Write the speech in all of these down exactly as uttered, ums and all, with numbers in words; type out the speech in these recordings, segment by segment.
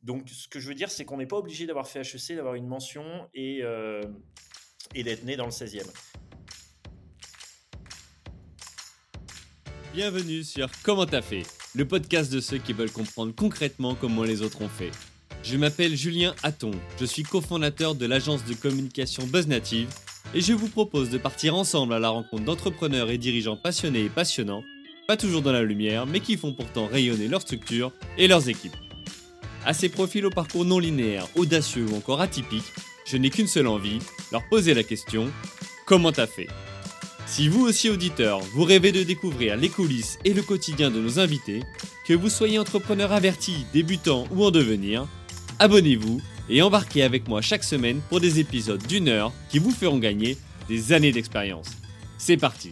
Donc, ce que je veux dire, c'est qu'on n'est pas obligé d'avoir fait H E C, d'avoir une mention et, euh, et d'être né dans le seizième. Bienvenue sur Comment t'as fait, le podcast de ceux qui veulent comprendre concrètement comment les autres ont fait. Je m'appelle Julien Hatton, je suis cofondateur de l'agence de communication BuzzNative et je vous propose de partir ensemble à la rencontre d'entrepreneurs et dirigeants passionnés et passionnants, pas toujours dans la lumière, mais qui font pourtant rayonner leur structure et leurs équipes. À ces profils au parcours non linéaire, audacieux ou encore atypiques, je n'ai qu'une seule envie, leur poser la question « Comment t'as fait ?» Si vous aussi auditeur, vous rêvez de découvrir les coulisses et le quotidien de nos invités, que vous soyez entrepreneur averti, débutant ou en devenir, abonnez-vous et embarquez avec moi chaque semaine pour des épisodes d'une heure qui vous feront gagner des années d'expérience. C'est parti!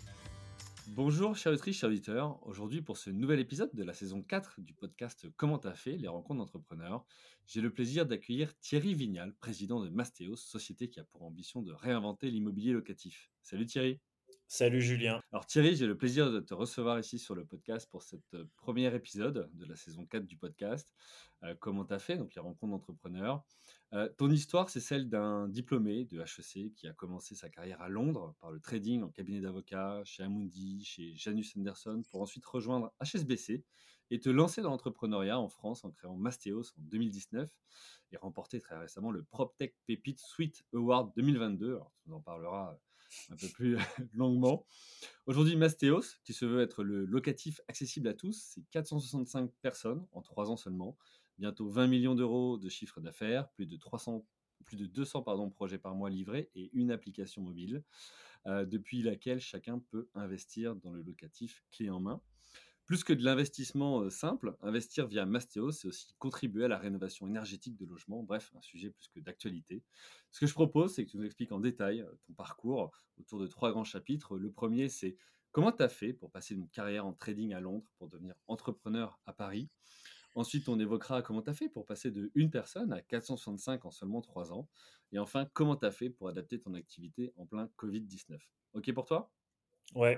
Bonjour chers auditrices, chers auditeurs. Aujourd'hui pour ce nouvel épisode de la saison quatre du podcast Comment t'as fait, les rencontres d'entrepreneurs, j'ai le plaisir d'accueillir Thierry Vignal, président de Mastéos, société qui a pour ambition de réinventer l'immobilier locatif. Salut Thierry! Salut Julien. Alors Thierry, j'ai le plaisir de te recevoir ici sur le podcast pour cet euh, premier épisode de la saison quatre du podcast. Euh, comment t'as fait, donc les rencontres d'entrepreneurs. Euh, ton histoire, c'est celle d'un diplômé de H E C qui a commencé sa carrière à Londres par le trading en cabinet d'avocat, chez Amundi, chez Janus Henderson, pour ensuite rejoindre H S B C et te lancer dans l'entrepreneuriat en France en créant Mastéos en deux mille dix-neuf et remporter très récemment le PropTech Pépite Suite Award deux mille vingt-deux. Alors, tu nous en parleras un peu plus longuement. Aujourd'hui, Mastéos, qui se veut être le locatif accessible à tous, c'est quatre cent soixante-cinq personnes en trois ans seulement, bientôt vingt millions d'euros de chiffre d'affaires, plus de trois cents, plus de deux cents pardon, projets par mois livrés et une application mobile, euh, depuis laquelle chacun peut investir dans le locatif clé en main. Plus que de l'investissement euh, simple, investir via Mastéos, c'est aussi contribuer à la rénovation énergétique de logements. Bref, un sujet plus que d'actualité. Ce que je propose, c'est que tu nous expliques en détail euh, ton parcours autour de trois grands chapitres. Le premier, c'est comment tu as fait pour passer d'une carrière en trading à Londres pour devenir entrepreneur à Paris. Ensuite, on évoquera comment tu as fait pour passer de une personne à quatre cent soixante-cinq en seulement trois ans. Et enfin, comment tu as fait pour adapter ton activité en plein covid dix-neuf. OK pour toi? Ouais.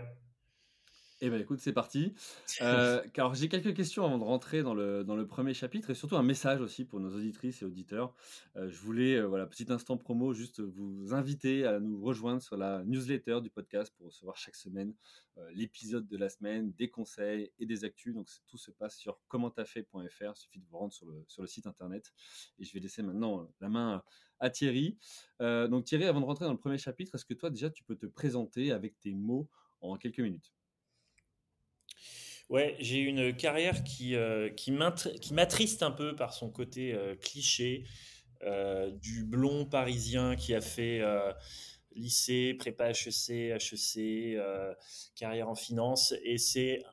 Eh ben écoute, c'est parti. Heu, alors j'ai quelques questions avant de rentrer dans le dans le premier chapitre et surtout un message aussi pour nos auditrices et auditeurs. Heu, je voulais, heu, voilà, petit instant promo, juste vous inviter à nous rejoindre sur la newsletter du podcast pour recevoir chaque semaine, heu, l'épisode de la semaine, des conseils et des actus. Donc tout se passe sur comment t'as fait point f r. Il suffit de vous rendre sur le sur le site internet et je vais laisser maintenant, heu, la main à Thierry. Heu, donc Thierry, avant de rentrer dans le premier chapitre, est-ce que toi déjà tu peux te présenter avec tes mots en quelques minutes? Ouais, j'ai une carrière qui, euh, qui m'intr- qui m'attriste un peu par son côté euh, cliché, euh, du blond parisien qui a fait euh, lycée, prépa H E C, H E C, euh, carrière en finance. Et c'est,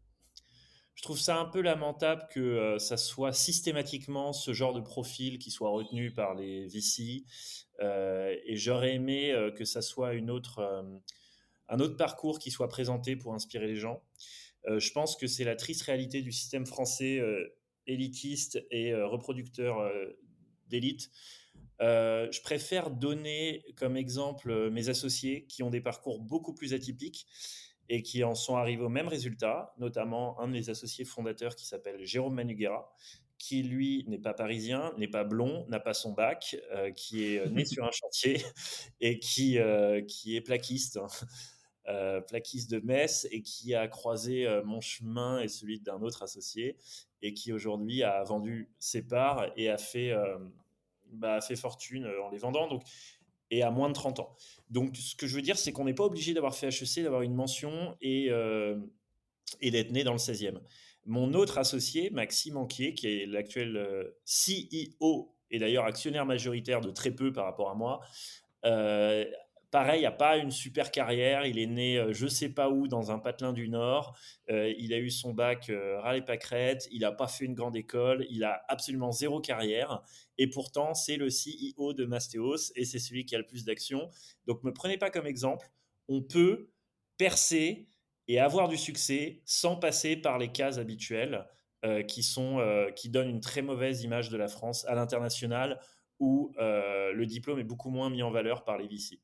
je trouve ça un peu lamentable que euh, ça soit systématiquement ce genre de profil qui soit retenu par les V C. Euh, et j'aurais aimé euh, que ça soit une autre, euh, un autre parcours qui soit présenté pour inspirer les gens. Euh, je pense que c'est la triste réalité du système français euh, élitiste et euh, reproducteur euh, d'élite. Euh, je préfère donner comme exemple euh, mes associés qui ont des parcours beaucoup plus atypiques et qui en sont arrivés au même résultat, notamment un de mes associés fondateurs qui s'appelle Jérôme Manuguera, qui lui n'est pas parisien, n'est pas blond, n'a pas son bac, euh, qui est né sur un chantier et qui, euh, qui est plaquiste. Hein. Euh, plaquiste de Metz et qui a croisé euh, mon chemin et celui d'un autre associé et qui aujourd'hui a vendu ses parts et a fait, euh, bah, a fait fortune euh, en les vendant donc, et à moins de trente ans. Donc ce que je veux dire, c'est qu'on n'est pas obligé d'avoir fait H E C, d'avoir une mention et, euh, et d'être né dans le seizième. Mon autre associé, Maxime Anquier, qui est l'actuel euh, C E O et d'ailleurs actionnaire majoritaire de très peu par rapport à moi, euh, pareil, il n'a pas une super carrière. Il est né, euh, je sais pas où, dans un patelin du Nord. Euh, il a eu son bac euh, ras les pâquerettes. Il n'a pas fait une grande école. Il a absolument zéro carrière. Et pourtant, c'est le C E O de Mastéos et c'est celui qui a le plus d'actions. Donc, me prenez pas comme exemple. On peut percer et avoir du succès sans passer par les cases habituelles euh, qui, sont, euh, qui donnent une très mauvaise image de la France à l'international où euh, le diplôme est beaucoup moins mis en valeur par les V C.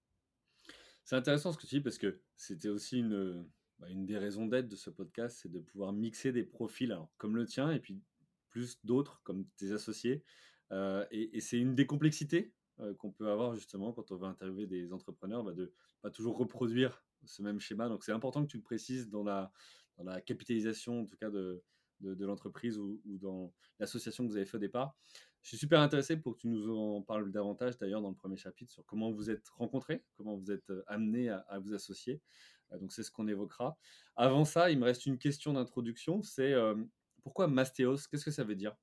C'est intéressant ce que tu dis parce que c'était aussi une, bah, une des raisons d'être de ce podcast, c'est de pouvoir mixer des profils alors, comme le tien et puis plus d'autres comme tes associés. Euh, et, et c'est une des complexités euh, qu'on peut avoir justement quand on va interviewer des entrepreneurs, bah, de pas toujours reproduire ce même schéma. Donc c'est important que tu le précises dans la, dans la capitalisation, en tout cas de, de, de l'entreprise ou, ou dans l'association que vous avez fait au départ. Je suis super intéressé pour que tu nous en parles davantage d'ailleurs dans le premier chapitre sur comment vous êtes rencontrés, comment vous êtes amenés à, à vous associer. Euh, donc c'est ce qu'on évoquera. Avant ça, il me reste une question d'introduction, c'est euh, pourquoi Mastéos? Qu'est-ce que ça veut dire?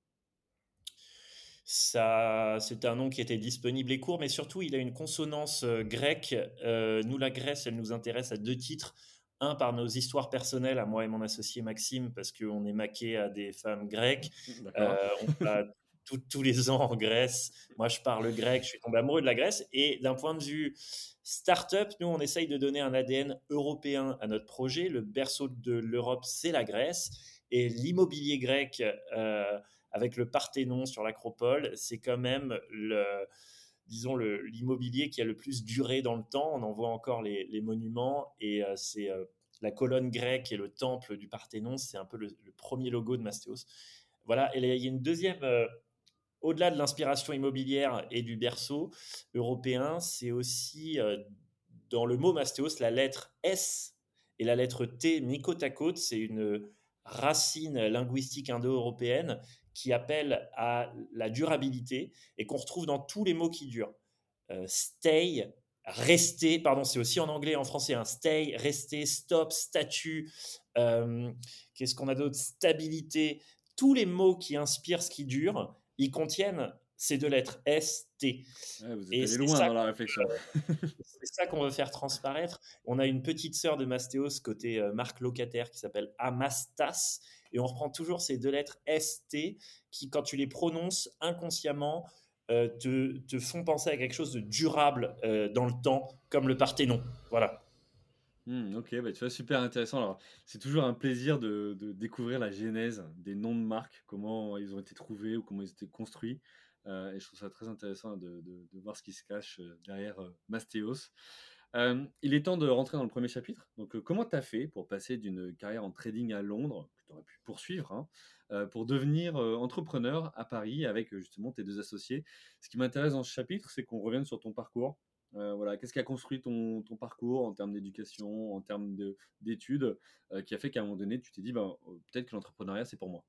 Ça, c'est un nom qui était disponible et court, mais surtout, il a une consonance euh, grecque. Euh, nous, la Grèce, elle nous intéresse à deux titres. Un, par nos histoires personnelles, à moi et mon associé Maxime, parce qu'on est maqué à des femmes grecques. Euh, D'accord. on va tout- tous les ans en Grèce. Moi, je parle grec, je suis tombé amoureux de la Grèce. Et d'un point de vue startup, nous, on essaye de donner un A D N européen à notre projet. Le berceau de l'Europe, c'est la Grèce. Et l'immobilier grec, euh, avec le Parthénon sur l'Acropole, c'est quand même le, disons le, l'immobilier qui a le plus duré dans le temps. On en voit encore les, les monuments et euh, c'est euh, la colonne grecque et le temple du Parthénon, c'est un peu le, le premier logo de Mastéos. Voilà, et il y a une deuxième, euh, au-delà de l'inspiration immobilière et du berceau européen, c'est aussi euh, dans le mot Mastéos, la lettre S et la lettre T mis côte à côte, c'est une racine linguistique indo-européenne qui appelle à la durabilité et qu'on retrouve dans tous les mots qui durent. Euh, stay, rester, pardon, c'est aussi en anglais et en français, hein, stay, rester, stop, statut, euh, qu'est-ce qu'on a d'autre, stabilité, tous les mots qui inspirent ce qui dure, ils contiennent ces deux lettres, S, T. Ouais, vous êtes Et allé c'est loin ça dans la réflexion. c'est ça qu'on veut faire transparaître. On a une petite sœur de Mastéos côté euh, marque locataire qui s'appelle Amastas. Et on reprend toujours ces deux lettres S T qui, quand tu les prononces inconsciemment, euh, te, te font penser à quelque chose de durable euh, dans le temps, comme le Parthénon. Voilà. Hmm, ok, bah, tu vois, super intéressant. Alors, c'est toujours un plaisir de, de découvrir la genèse des noms de marques, comment ils ont été trouvés ou comment ils étaient construits. Euh, et je trouve ça très intéressant de, de- de voir ce qui se cache euh, derrière euh, Mastéos. Euh, il est temps de rentrer dans le premier chapitre. Donc, euh, comment tu as fait pour passer d'une carrière en trading à Londres, que tu aurais pu poursuivre, hein, euh, pour devenir euh, entrepreneur à Paris avec euh, justement tes deux associés? Ce qui m'intéresse dans ce chapitre, c'est qu'on revienne sur ton parcours. Euh, voilà, qu'est-ce qui a construit ton, ton parcours en termes d'éducation, en termes de, d'études, euh, qui a fait qu'à un moment donné, tu t'es dit, ben, euh, peut-être que l'entrepreneuriat, c'est pour moi.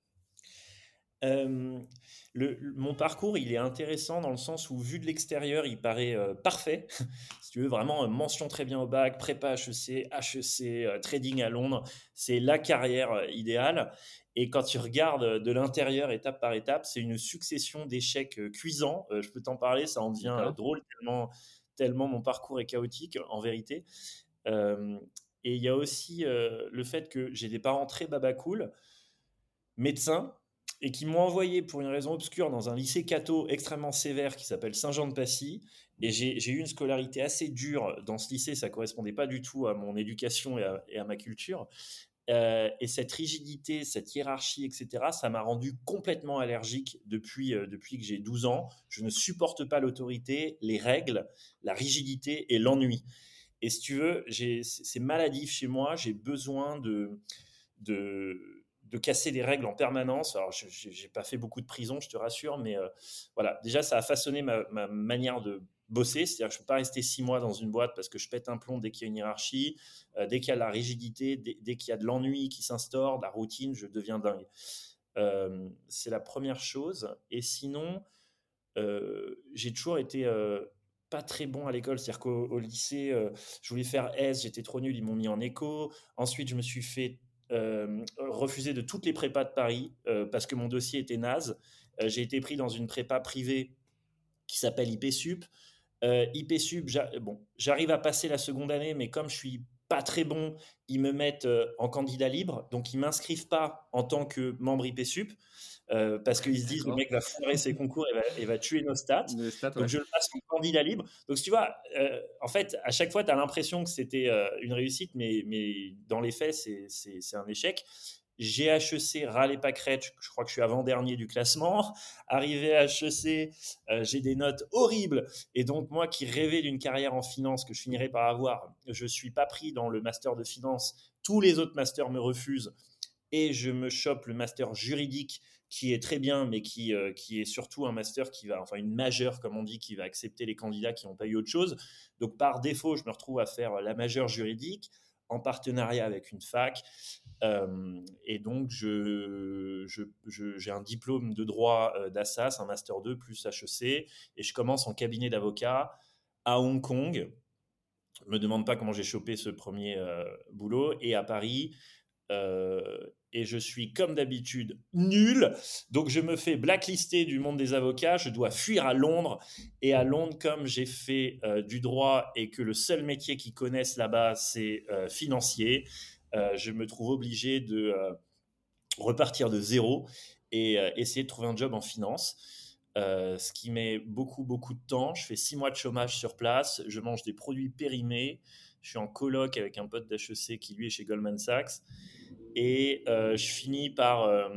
Euh, le, le- mon parcours, il est intéressant dans le sens où, vu de l'extérieur, il paraît euh, parfait. Si tu veux, vraiment, euh, mention très bien au bac, prépa H E C, H E C, euh, trading à Londres, c'est la carrière euh, idéale. Et quand tu regardes euh, de l'intérieur, étape par étape, c'est une succession d'échecs euh, cuisants. Euh, je peux t'en parler, ça en devient euh, D'accord. drôle tellement, tellement mon parcours est chaotique, en vérité. Euh, et il y a aussi euh, le fait que j'ai des parents très babacool, médecins, et qui m'ont envoyé pour une raison obscure dans un lycée catho extrêmement sévère qui s'appelle Saint-Jean-de-Passy. Et j'ai j'ai eu une scolarité assez dure dans ce lycée, ça correspondait pas du tout à mon éducation et à, et à ma culture. Euh, et cette rigidité, cette hiérarchie, et cetera, ça m'a rendu complètement allergique depuis, euh, depuis que j'ai douze ans. Je ne supporte pas l'autorité, les règles, la rigidité et l'ennui. Et si tu veux, j'ai- c'est c'est maladif chez moi, j'ai besoin de, de, de casser des règles en permanence. Alors, je n'ai pas fait beaucoup de prison, je te rassure, mais euh, voilà, déjà, ça a façonné ma, ma manière de bosser. C'est-à-dire que je ne peux pas rester six mois dans une boîte parce que je pète un plomb dès qu'il y a une hiérarchie, euh, dès qu'il y a de la rigidité, dès, dès qu'il y a de l'ennui qui s'instaure, de la routine, je deviens dingue. Euh, c'est la première chose. Et sinon, euh, j'ai toujours été euh, pas très bon à l'école. C'est-à-dire qu'au au lycée, euh, je voulais faire S, j'étais trop nul, ils m'ont mis en éco. Ensuite, je me suis fait euh, refuser de toutes les prépas de Paris euh, parce que mon dossier était naze. Euh, j'ai été pris dans une prépa privée qui s'appelle I P Sup. Euh, I P Sup, j'a- bon, j'arrive à passer la seconde année, mais comme je suis pas très bon, ils me mettent euh, en candidat libre, donc ils m'inscrivent pas en tant que membre I P Sup euh, parce qu'ils se disent le D'accord. mec va foirer ses concours et va, et va tuer nos stats. Les stats, Donc ouais. je le passe en candidat libre. Donc tu vois, euh, en fait, à chaque fois, tu as l'impression que c'était euh, une réussite, mais, mais dans les faits, c'est, c'est, c'est un échec. G H E C, ras les pâquerettes, je crois que je suis avant-dernier du classement. Arrivé à H E C, euh, j'ai des notes horribles. Et donc, moi qui rêvais d'une carrière en finance que je finirais par avoir, je ne suis pas pris dans le master de finance. Tous les autres masters me refusent et je me chope le master juridique qui est très bien, mais qui, euh, qui est surtout un master qui va, enfin une majeure comme on dit, qui va accepter les candidats qui n'ont pas eu autre chose. Donc par défaut, je me retrouve à faire la majeure juridique en partenariat avec une fac. Euh, et donc, je, je, je, j'ai un diplôme de droit euh, d'Assas, un master deux plus H E C, et je commence en cabinet d'avocat à Hong Kong. Je me demande pas comment j'ai chopé ce premier euh, boulot. Et à Paris, euh, et je suis comme d'habitude nul. Donc je me fais blacklister du monde des avocats. Je dois fuir à Londres. Et à Londres, comme j'ai fait euh, du droit et que le seul métier qu'ils connaissent là-bas, c'est euh, financier, euh, je me trouve obligé de euh, repartir de zéro et euh, essayer de trouver un job en finance. Euh, ce qui met beaucoup, beaucoup de temps. Je fais six mois de chômage sur place. Je mange des produits périmés. Je suis en coloc avec un pote d'H E C qui, lui, est chez Goldman Sachs. Et euh, je finis par, euh,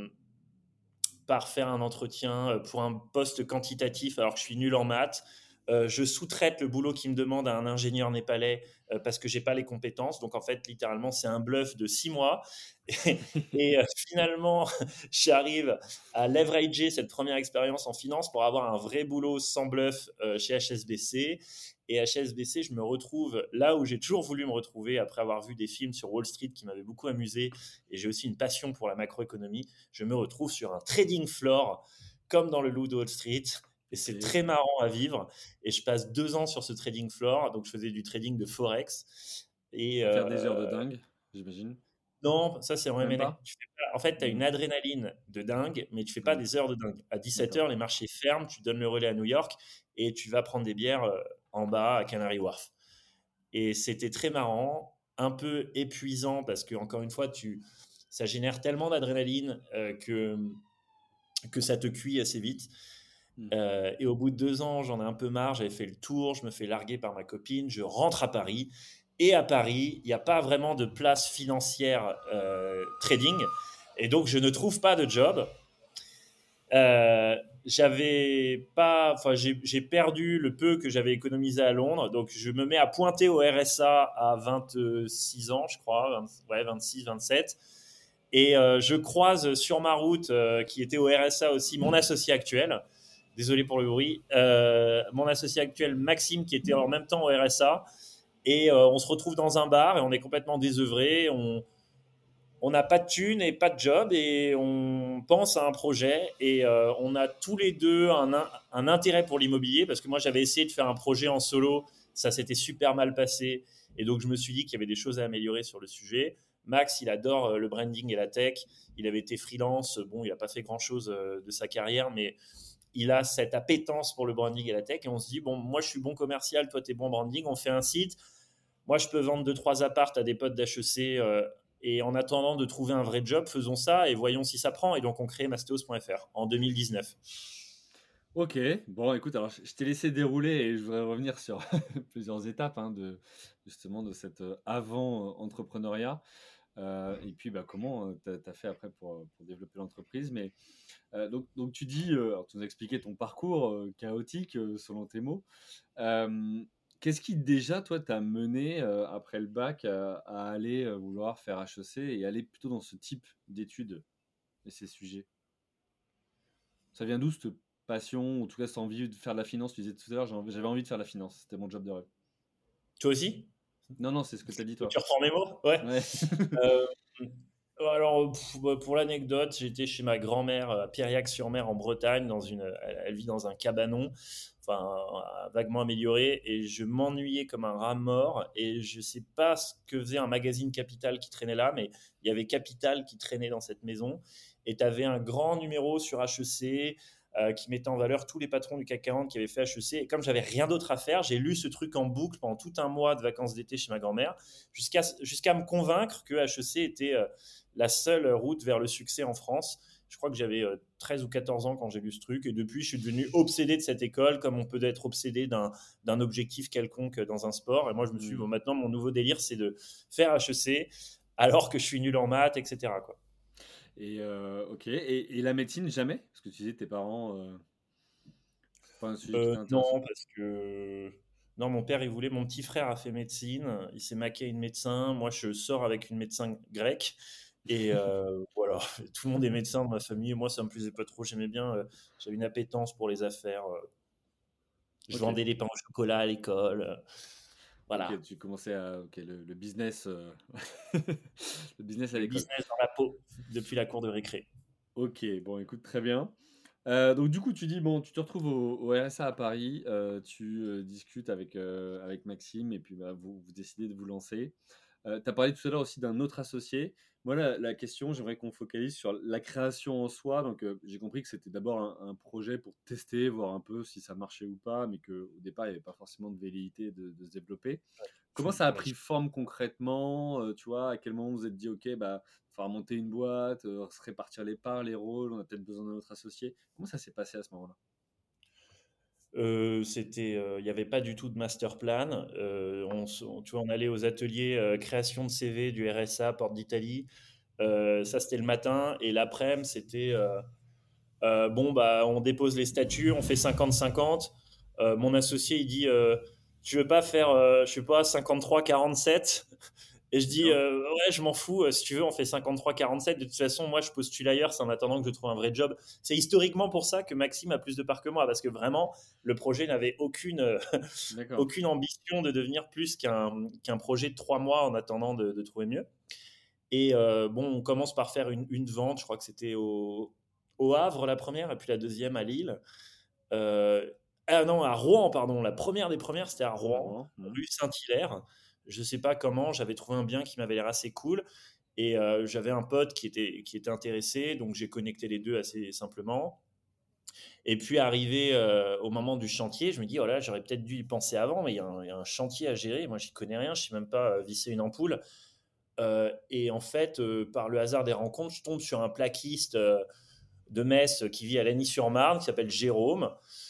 par faire un entretien euh, pour un poste quantitatif alors que je suis nul en maths. Euh, je sous-traite le boulot qu'il me demande à un ingénieur népalais euh, parce que j'ai pas les compétences. Donc en fait, littéralement, c'est un bluff de six mois. Et, et euh, finalement, j'arrive à leverager cette première expérience en finance pour avoir un vrai boulot sans bluff euh, chez H S B C. Et H S B C, je me retrouve là où j'ai toujours voulu me retrouver après avoir vu des films sur Wall Street qui m'avaient beaucoup amusé. Et j'ai aussi une passion pour la macroéconomie. Je me retrouve sur un trading floor comme dans le Loup de Wall Street. Et c'est Ok. très marrant à vivre. Et je passe deux ans sur ce trading floor. Donc, je faisais du trading de Forex. Et À faire des heures de euh, dingue, j'imagine. non, ça, c'est en Même M and A. pas? Tu fais pas- En fait, tu as une Hmm. adrénaline de dingue, mais tu fais pas Hmm. des heures de dingue. À dix-sept D'accord. heures, les marchés ferment. Tu donnes le relais à New York et tu vas prendre des bières euh, en bas à Canary Wharf. Et c'était très marrant, un peu épuisant parce que, encore une fois, tu, ça génère tellement d'adrénaline euh, que, que ça te cuit assez vite. Hmm. Euh, et au bout de deux ans, j'en ai un peu marre, j'avais fait le tour, je me fais larguer par ma copine, je rentre à Paris. Et à Paris, il n'y a pas vraiment de place financière euh, trading. Et donc, je ne trouve pas de job. Euh, j'avais pas, enfin, j'ai, j'ai perdu le peu que j'avais économisé à Londres. Donc, je me mets à pointer au R S A à vingt-six ans, je crois, vingt, ouais, vingt-six, vingt-sept. Et euh, je croise sur ma route, euh, qui était au R S A aussi, mon associé actuel. Désolé pour le bruit. Euh, mon associé actuel, Maxime, qui était en même temps au R S A. Et euh, on se retrouve dans un bar et on est complètement désœuvré. On, on n'a pas de thune et pas de job et on pense à un projet et euh, on a tous les deux un, un intérêt pour l'immobilier parce que moi j'avais essayé de faire un projet en solo, ça s'était super mal passé et donc je me suis dit qu'il y avait des choses à améliorer sur le sujet. Max, il adore euh, le branding et la tech, il avait été freelance, bon il n'a pas fait grand chose euh, de sa carrière mais il a cette appétence pour le branding et la tech et on se dit bon moi je suis bon commercial, toi tu es bon branding, on fait un site, moi, je peux vendre deux, trois appartes à des potes d'H E C euh, et en attendant de trouver un vrai job, faisons ça et voyons si ça prend. Et donc, on crée mastéos point F R en deux mille dix-neuf. Ok, bon, écoute, alors je je t'ai laissé dérouler et je voudrais revenir sur plusieurs étapes hein, de justement de cet euh, avant-entrepreneuriat euh, et puis bah, comment tu as fait après pour, euh, pour développer l'entreprise. Mais euh, donc, donc tu dis, euh, alors tu nous as expliqué ton parcours euh, chaotique euh, selon tes mots. Euh, Qu'est-ce qui déjà, toi, t'a mené euh, après le bac à, à aller euh, vouloir faire H E C et aller plutôt dans ce type d'études et ces sujets? Ça vient d'où cette passion, ou en tout cas cette envie de faire de la finance? Tu disais tout à l'heure, j'ai envie- j'avais envie de faire de la finance, c'était mon job de rêve. Toi aussi? Non, non, c'est ce que tu as dit Tu toi. reprends mes mots? Ouais. Ouais. Euh, alors, pff, bah, pour l'anecdote, j'étais chez ma grand-mère à Piriac-sur-Mer en Bretagne. Dans une, elle, elle vit dans un cabanon, enfin euh, vaguement amélioré, et je m'ennuyais comme un rat mort. Et je sais pas ce que faisait un magazine Capital qui traînait là, mais il y avait Capital qui traînait dans cette maison. Et tu avais un grand numéro sur H E C euh, qui mettait en valeur tous les patrons du C A C quarante qui avaient fait H E C. Et comme j'avais rien d'autre à faire, j'ai lu ce truc en boucle pendant tout un mois de vacances d'été chez ma grand-mère, jusqu'à jusqu'à me convaincre que H E C était euh, la seule route vers le succès en France. Je crois que j'avais euh, treize ou quatorze ans quand j'ai lu ce truc. Et depuis, je suis devenu obsédé de cette école, comme on peut être obsédé d'un, d'un objectif quelconque dans un sport. Et moi, je me suis dit, Hmm. bon, maintenant, mon nouveau délire, c'est de faire H E C alors que je suis nul en maths, et cetera quoi. Et euh, ok, et, et la médecine, jamais? Parce que tu disais tes parents, euh, c'est pas un sujet qui Euh, t'a intéressé? non, parce que non, mon père, il voulait. Mon petit frère a fait médecine. Il s'est maqué à une médecin. Moi, je sors avec une médecin grecque. Et euh, voilà, tout le monde est médecin dans ma famille. Moi, ça me plaisait pas trop. J'aimais bien, euh, j'avais une appétence pour les affaires. euh, Je Ok, vendais des pains au chocolat à l'école. euh, ok, Voilà, tu commençais à ok le, le business, euh, le business à le l'école. business dans la peau depuis la cour de récré. Ok, bon, écoute, très bien. Euh, donc du coup, tu dis bon, tu te retrouves au, au R S A à Paris, euh, tu euh, discutes avec euh, avec Maxime et puis bah, vous, vous décidez de vous lancer. tu as parlé tout à l'heure aussi d'un autre associé. Moi, la, la question, j'aimerais qu'on focalise sur la création en soi. Donc, euh, j'ai compris que c'était d'abord un, un projet pour tester, voir un peu si ça marchait ou pas, mais qu'au départ, il n'y avait pas forcément de velléité de, de se développer. Comment Full ça a pris connection. forme concrètement? euh, Tu vois, à quel moment vous vous êtes dit, OK, bah, il va monter une boîte, euh, se répartir les parts, les rôles, on a peut-être besoin d'un autre associé. Comment ça s'est passé à ce moment-là? Euh, c'était, euh, il n'y avait pas du tout de master plan. Euh, on, se- on- tu vois, on allait aux ateliers euh, création de C V du R S A, Porte d'Italie. Euh, ça, c'était le matin. Et l'après-midi, c'était euh, euh, bon, bah, on dépose les statuts, on fait cinquante cinquante. Euh, mon associé, il dit euh, tu veux pas faire, euh, je sais pas, cinquante-trois quarante-sept. Et je dis, D'accord? euh, ouais, je m'en fous, euh, si tu veux, on fait cinquante-trois quarante-sept. De toute façon, moi, je postule ailleurs, c'est en attendant que je trouve un vrai job. C'est historiquement pour ça que Maxime a plus de parts que moi, parce que vraiment, le projet n'avait aucune, euh, D'accord. aucune ambition de devenir plus qu'un qu'un projet de trois mois en attendant de, de trouver mieux. Et euh, bon, on commence par faire une, une vente, je crois que c'était au, au Havre la première, et puis la deuxième à Lille. Euh, ah non, à Rouen, pardon. La première des premières, c'était à À Rouen, Rouen. Mhm. rue Saint-Hilaire. Je sais pas comment, j'avais trouvé un bien qui m'avait l'air assez cool. Et euh, j'avais un pote qui était, qui était intéressé, donc j'ai connecté les deux assez simplement. Et puis arrivé euh, au moment du chantier, je me dis, oh là, j'aurais peut-être dû y penser avant, mais il y, a un- il y a un chantier à gérer. Moi, j'y connais rien, je sais même pas euh, visser une ampoule. Euh, et en fait, euh, par le hasard des rencontres, je tombe sur un plaquiste euh, de Metz qui vit à Lagny-sur-Marne, qui s'appelle Jérôme.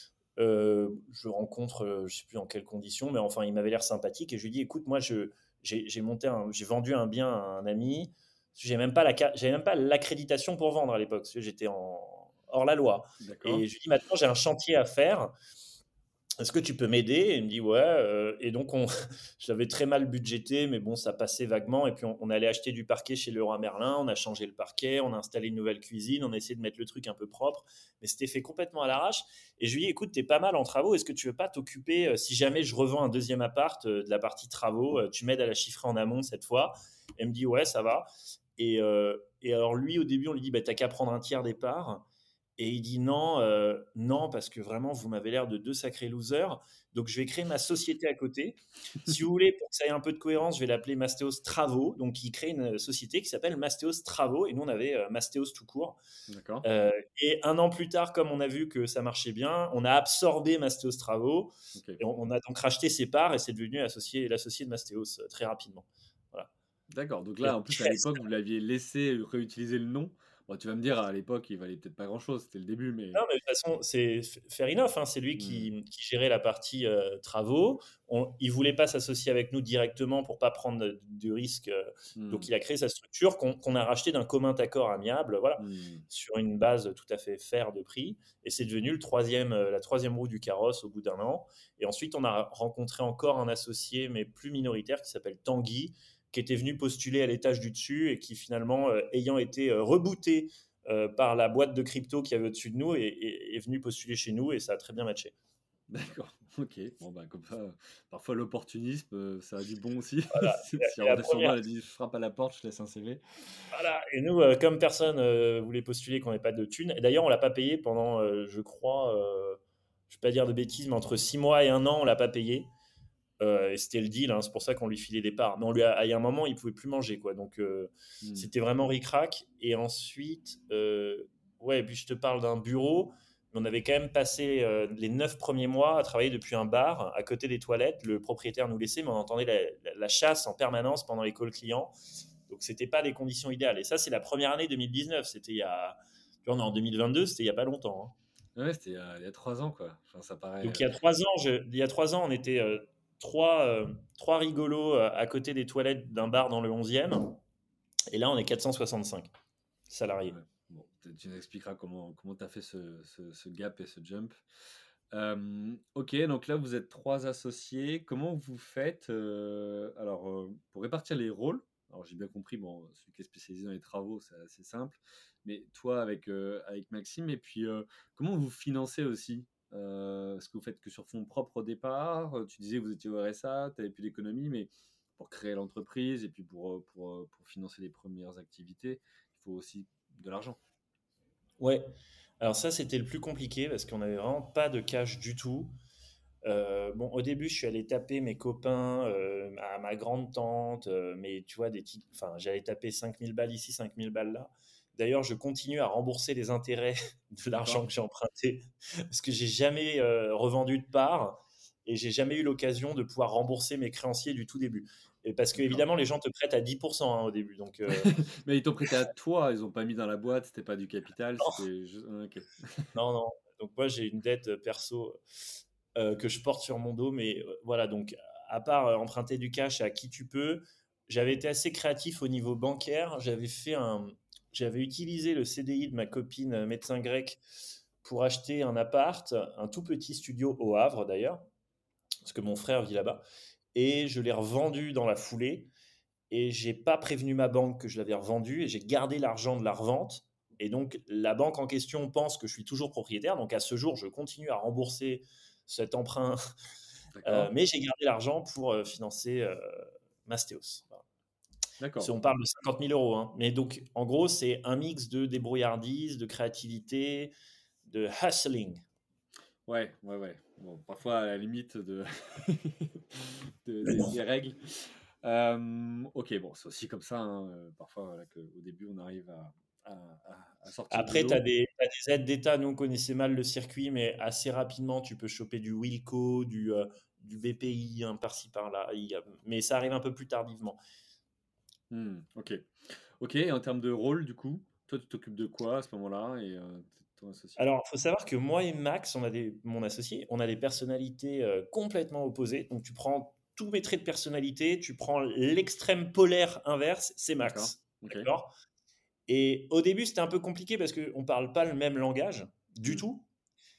Euh, je le rencontre, euh, je sais plus dans quelles conditions, mais enfin, il m'avait l'air sympathique et je lui dis, écoute, moi, je, j'ai, j'ai monté un, j'ai vendu un bien à un ami. J'ai même pas la, j'avais même pas l'accréditation pour vendre à l'époque, parce que j'étais en hors la loi. D'accord. Et je lui dis, maintenant, j'ai un chantier à faire. Est-ce que tu peux m'aider? Et il me dit ouais. euh, et donc on, j'avais très mal budgété, mais bon, ça passait vaguement. Et puis on, on allait acheter du parquet chez Leroy Merlin. On a changé le parquet, on a installé une nouvelle cuisine, on a essayé de mettre le truc un peu propre, mais c'était fait complètement à l'arrache. Et je lui dis écoute, t'es pas mal en travaux. Est-ce que tu veux pas t'occuper euh, si jamais je revends un deuxième appart euh, de la partie travaux, euh, tu m'aides à la chiffrer en amont cette fois? Elle me dit ouais, ça va. Et, euh, et alors lui, au début, on lui dit bah, t'as qu'à prendre un tiers des parts. Et il dit non, euh, non, parce que vraiment, vous m'avez l'air de deux sacrés losers. Donc, je vais créer ma société à côté. Si vous voulez, pour que ça ait un peu de cohérence, je vais l'appeler Mastéos Travaux. Donc, il crée une société qui s'appelle Mastéos Travaux. Et nous, on avait euh, Mastéos tout court. D'accord. Euh, et un an plus tard, comme on a vu que ça marchait bien, on a absorbé Mastéos Travaux. Ok. Et on, on a donc racheté ses parts et c'est devenu l'associé, l'associé de Mastéos euh, très rapidement. Voilà. D'accord. Donc Et là, en plus, à l'époque, vous l'aviez laissé réutiliser le nom. Bon, tu vas me dire, à l'époque, il valait peut-être pas grand-chose. C'était le début, mais. Non, mais de toute façon, c'est fair enough, hein, c'est lui Hmm. qui, qui gérait la partie euh, travaux. On, il voulait pas s'associer avec nous directement pour pas prendre de, de risques. euh, Hmm. donc, il a créé sa structure qu'on qu'on a racheté d'un commun accord amiable, voilà, Hmm. sur une base tout à fait fair de prix. Et c'est devenu le troisième, euh, la troisième roue du carrosse au bout d'un an. Et ensuite, on a rencontré encore un associé, mais plus minoritaire, qui s'appelle Tanguy, qui était venu postuler à l'étage du dessus et qui finalement, euh, ayant été euh, rebooté euh, par la boîte de crypto qui avait au-dessus de nous et, et- est venu postuler chez nous et ça a très bien matché. D'accord. Ok. Bon, bah, comme ça, euh, parfois l'opportunisme, euh, ça a du bon aussi. Voilà. C'est- Si Et on la redescendant, première, elle a dit, je frappe à la porte, je laisse un C V. voilà. Et nous, euh, comme personne euh, voulait postuler qu'on n'ait pas de thunes, et d'ailleurs on l'a pas payé pendant, euh, je crois, euh, je vais pas dire de bêtises, mais entre six mois et un an, on l'a pas payé. Euh, et c'était le deal, hein, c'est pour ça qu'on lui filait des parts. Mais on lui a, il y a un moment, il pouvait plus manger, quoi. Donc euh, Hmm. c'était vraiment ric-rac. Et ensuite, euh, ouais, et puis je te parle d'un bureau, mais on avait quand même passé euh, les neuf premiers mois à travailler depuis un bar à côté des toilettes. Le propriétaire nous laissait, mais on entendait la, la- la chasse en permanence pendant les calls clients. Donc c'était pas des conditions idéales. Et ça, c'est la première année deux mille dix-neuf. C'était il y a, tu vois, on est en deux mille vingt-deux, c'était il y a pas longtemps, hein. Ouais, c'était il y a, il y a trois ans, quoi. Enfin, ça paraît. Donc il y a trois ans, je- il y a trois ans, on était euh, trois, euh, trois rigolos euh, à côté des toilettes d'un bar dans le onzième. Et là, on est quatre cent soixante-cinq salariés. Ouais. Bon, peut-être tu nous expliqueras comment comment tu as fait ce, ce- ce gap et ce jump. Euh, ok, donc là vous êtes trois associés. Comment vous faites euh, alors euh, pour répartir les rôles? alors j'ai bien compris, bon, celui qui est spécialisé dans les travaux, c'est assez simple. Mais toi, avec, euh, avec Maxime, et puis euh, comment vous financez aussi? Euh, Est-ce que vous faites que sur fonds propres au départ? Euh, Tu disais que vous étiez au R S A, tu n'avais plus d'économie, mais pour créer l'entreprise et puis pour, euh, pour, euh, pour financer les premières activités, il faut aussi de l'argent. Ouais. Alors ça, c'était le plus compliqué parce qu'on n'avait vraiment pas de cash du tout. Euh, bon, au début, je suis allé taper mes copains, euh, à ma grande tante, euh, mais tu vois, des titres, enfin, j'allais taper cinq mille balles ici, cinq mille balles là. D'ailleurs, je continue à rembourser les intérêts de l'argent D'accord? que j'ai emprunté parce que j'ai jamais euh, revendu de part et j'ai jamais eu l'occasion de pouvoir rembourser mes créanciers du tout début. Et parce que D'accord. évidemment, les gens te prêtent à dix pour cent hein, au début, donc euh, Mais ils t'ont prêté à toi, ils ont pas mis dans la boîte, c'était pas du capital, c'était juste... ah, ok. non, non. Donc moi, j'ai une dette euh, perso euh, que je porte sur mon dos. Mais euh, voilà, donc à part euh, emprunter du cash à qui tu peux, j'avais été assez créatif au niveau bancaire. J'avais fait un, j'avais utilisé le C D I de ma copine euh, médecin grec pour acheter un appart, un tout petit studio au Havre d'ailleurs, parce que mon frère vit là-bas. Et je l'ai revendu dans la foulée et j'ai pas prévenu ma banque que je l'avais revendu et j'ai gardé l'argent de la revente. Et donc, la banque en question pense que je suis toujours propriétaire. Donc, à ce jour, je continue à rembourser cet emprunt, euh, D'accord, mais j'ai gardé l'argent pour euh, financer euh, Mastéos. Voilà. Si d'accord. on parle de cinquante mille euros. Hein. Mais donc, en gros, c'est un mix de débrouillardise, de créativité, de hustling. Ouais, ouais, ouais. Bon, parfois à la limite de, de- des des règles. Euh, ok, bon, c'est aussi comme ça, hein, euh, parfois, voilà, qu'au début, on arrive à, à- à- à sortir de Après, tu as l'eau. des, t'as des aides d'État. Nous, on connaissait mal le circuit, mais assez rapidement, tu peux choper du Wilco, du, euh, du B P I, un par-ci, par-là. Il y a- Mais ça arrive un peu plus tardivement. Hmm, ok. Ok, et en termes de rôle, du coup, toi, tu t'occupes de quoi à ce moment-là et euh, ton associé? Alors, il faut savoir que moi et Max, on a des, mon associé, on a des personnalités euh, complètement opposées. Donc, tu prends tous mes traits de personnalité, tu prends l'extrême polaire inverse, c'est D'accord, Max. ok. D'accord. Et au début, c'était un peu compliqué parce qu'on ne parle pas le même langage du Hmm, tout.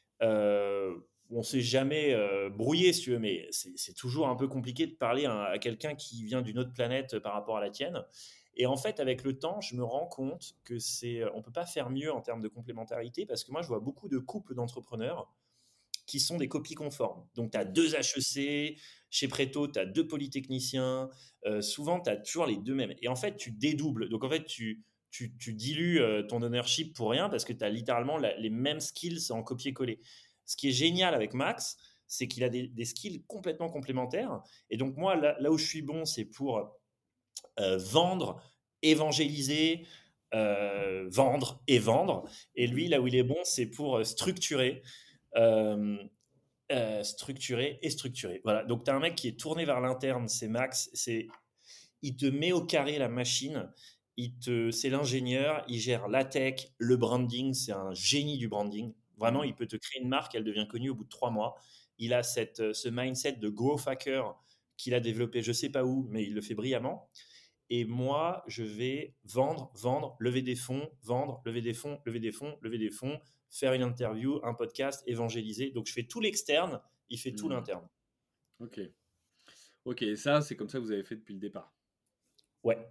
Euh, on s'est jamais euh, brouillé, si tu veux, mais c'est c'est toujours un peu compliqué de parler à, à quelqu'un qui vient d'une autre planète par rapport à la tienne. Et en fait, avec le temps, je me rends compte que c'est, on peut pas faire mieux en termes de complémentarité parce que moi, je vois beaucoup de couples d'entrepreneurs qui sont des copies conformes. Donc, tu as hmm, deux H E C, chez Preto, tu as deux polytechniciens, euh, souvent, tu as toujours les deux mêmes. Et en fait, tu dédoubles. Donc, en fait, tu, tu, tu dilues euh, ton ownership pour rien parce que tu as littéralement la- les mêmes skills en copier-coller. Ce qui est génial avec Max, c'est qu'il a des, des skills complètement complémentaires. Et donc, moi, là, là où je suis bon, c'est pour euh, vendre, évangéliser, euh, vendre et vendre. Et lui, mhm, là où il est bon, c'est pour euh, structurer. Euh, euh, structuré et structuré. Voilà. Donc, tu as un mec qui est tourné vers l'interne, c'est Max. C'est, il te met au carré la machine. Il te, c'est l'ingénieur. Il gère la tech, le branding. C'est un génie du branding. Vraiment, hmm, il peut te créer une marque. Elle devient connue au bout de trois mois. Il a cette, euh, ce mindset de growth hacker qu'il a développé, je sais pas où, mais il le fait brillamment. Et moi, je vais vendre, vendre, lever des fonds, vendre, lever des fonds, lever des fonds, lever des fonds, faire une interview, un podcast, évangéliser. Donc, je fais tout l'externe, il fait tout hmm. l'interne. Ok. Ok, et ça, c'est comme ça que vous avez fait depuis le départ. Ouais.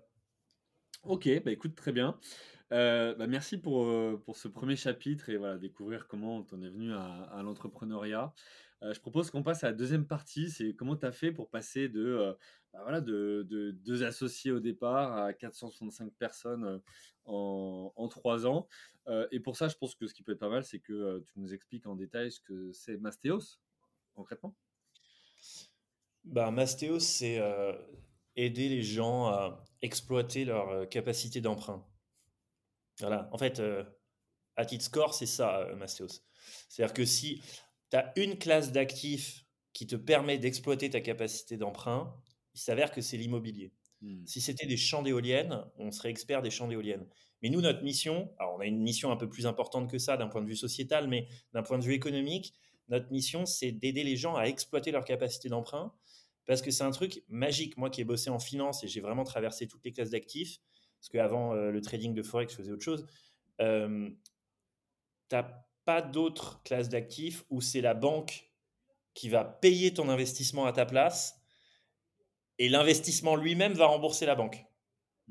Ok, bah écoute, très bien. Euh, bah merci pour, euh, pour ce premier chapitre et voilà, découvrir comment on est venu à, à l'entrepreneuriat. Euh, je propose qu'on passe à la deuxième partie, c'est comment tu as fait pour passer de, euh, bah voilà, de, de deux associés au départ à quatre cent soixante-cinq personnes euh, en, en trois ans. Euh, et pour ça, je pense que ce qui peut être pas mal, c'est que euh, tu nous expliques en détail ce que c'est Mastéos, concrètement. Bah, Mastéos, c'est euh, aider les gens à exploiter leur euh, capacité d'emprunt. Voilà. En fait, euh, à titre score, c'est ça, euh, Mastéos. C'est-à-dire que si tu as une classe d'actifs qui te permet d'exploiter ta capacité d'emprunt, il s'avère que c'est l'immobilier. Hmm. Si c'était des champs d'éoliennes, on serait expert des champs d'éoliennes. Mais nous, notre mission, alors on a une mission un peu plus importante que ça d'un point de vue sociétal, mais d'un point de vue économique, notre mission, c'est d'aider les gens à exploiter leur capacité d'emprunt, parce que c'est un truc magique. Moi qui ai bossé en finance et j'ai vraiment traversé toutes les classes d'actifs, parce qu'avant euh, le trading de Forex, je faisais autre chose, euh, tu n'as pas d'autre classe d'actifs où c'est la banque qui va payer ton investissement à ta place et l'investissement lui-même va rembourser la banque.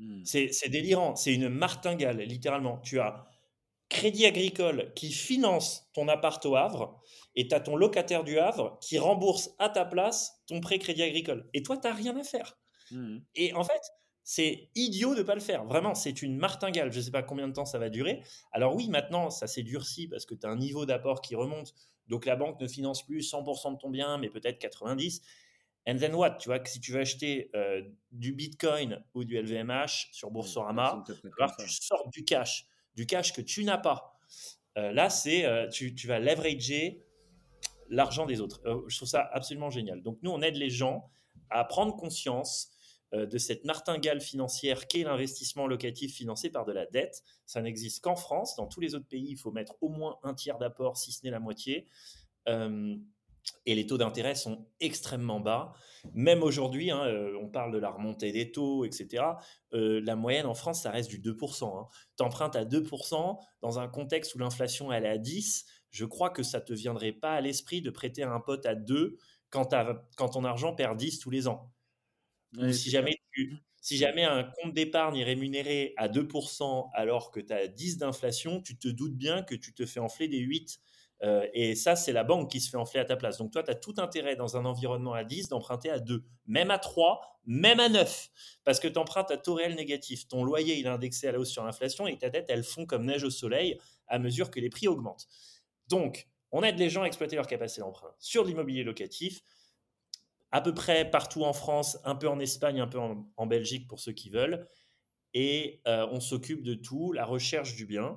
Mmh. C'est, c'est délirant. C'est une martingale, littéralement. Tu as Crédit Agricole qui finance ton appart au Havre et tu as ton locataire du Havre qui rembourse à ta place ton prêt Crédit Agricole. Et toi, tu n'as rien à faire. Mmh. Et en fait, c'est idiot de ne pas le faire. Vraiment, c'est une martingale. Je ne sais pas combien de temps ça va durer. Alors oui, maintenant, ça s'est durci parce que tu as un niveau d'apport qui remonte. Donc la banque ne finance plus cent pour cent de ton bien, mais peut-être quatre-vingt-dix. And then what? Tu vois, que si tu veux acheter euh, du Bitcoin ou du L V M H sur Oui, personne Boursorama, te il va prête comme falloir que tu ça. sortes du cash, du cash que tu n'as pas. Euh, là, c'est euh, tu, tu vas leverager l'argent des autres. Euh, je trouve ça absolument génial. Donc nous, on aide les gens à prendre conscience euh, de cette martingale financière qu'est l'investissement locatif financé par de la dette. Ça n'existe qu'en France. Dans tous les autres pays, il faut mettre au moins un tiers d'apport, si ce n'est la moitié. Euh, et les taux d'intérêt sont extrêmement bas. Même aujourd'hui, hein, euh, on parle de la remontée des taux, et cetera. Euh, la moyenne en France, ça reste du deux pour cent. Hein. Tu empruntes à deux pour cent dans un contexte où l'inflation elle est à dix. Je crois que ça ne te viendrait pas à l'esprit de prêter à un pote à deux quand, quand ton argent perd dix tous les ans. Ou Oui, si c'est clair. jamais, tu, si jamais un compte d'épargne est rémunéré à deux pour cent alors que tu as dix d'inflation, tu te doutes bien que tu te fais enfler des huit. Euh, et ça, c'est la banque qui se fait enfler à ta place. Donc toi, tu as tout intérêt dans un environnement à dix d'emprunter à deux, même à trois, même à neuf. Parce que tu empruntes à taux réel négatif. Ton loyer, il est indexé à la hausse sur l'inflation et ta dette, elle fond comme neige au soleil à mesure que les prix augmentent. Donc, on aide les gens à exploiter leur capacité d'emprunt sur l'immobilier locatif à peu près partout en France, un peu en Espagne, un peu en, en Belgique pour ceux qui veulent. Et euh, on s'occupe de tout, la recherche du bien,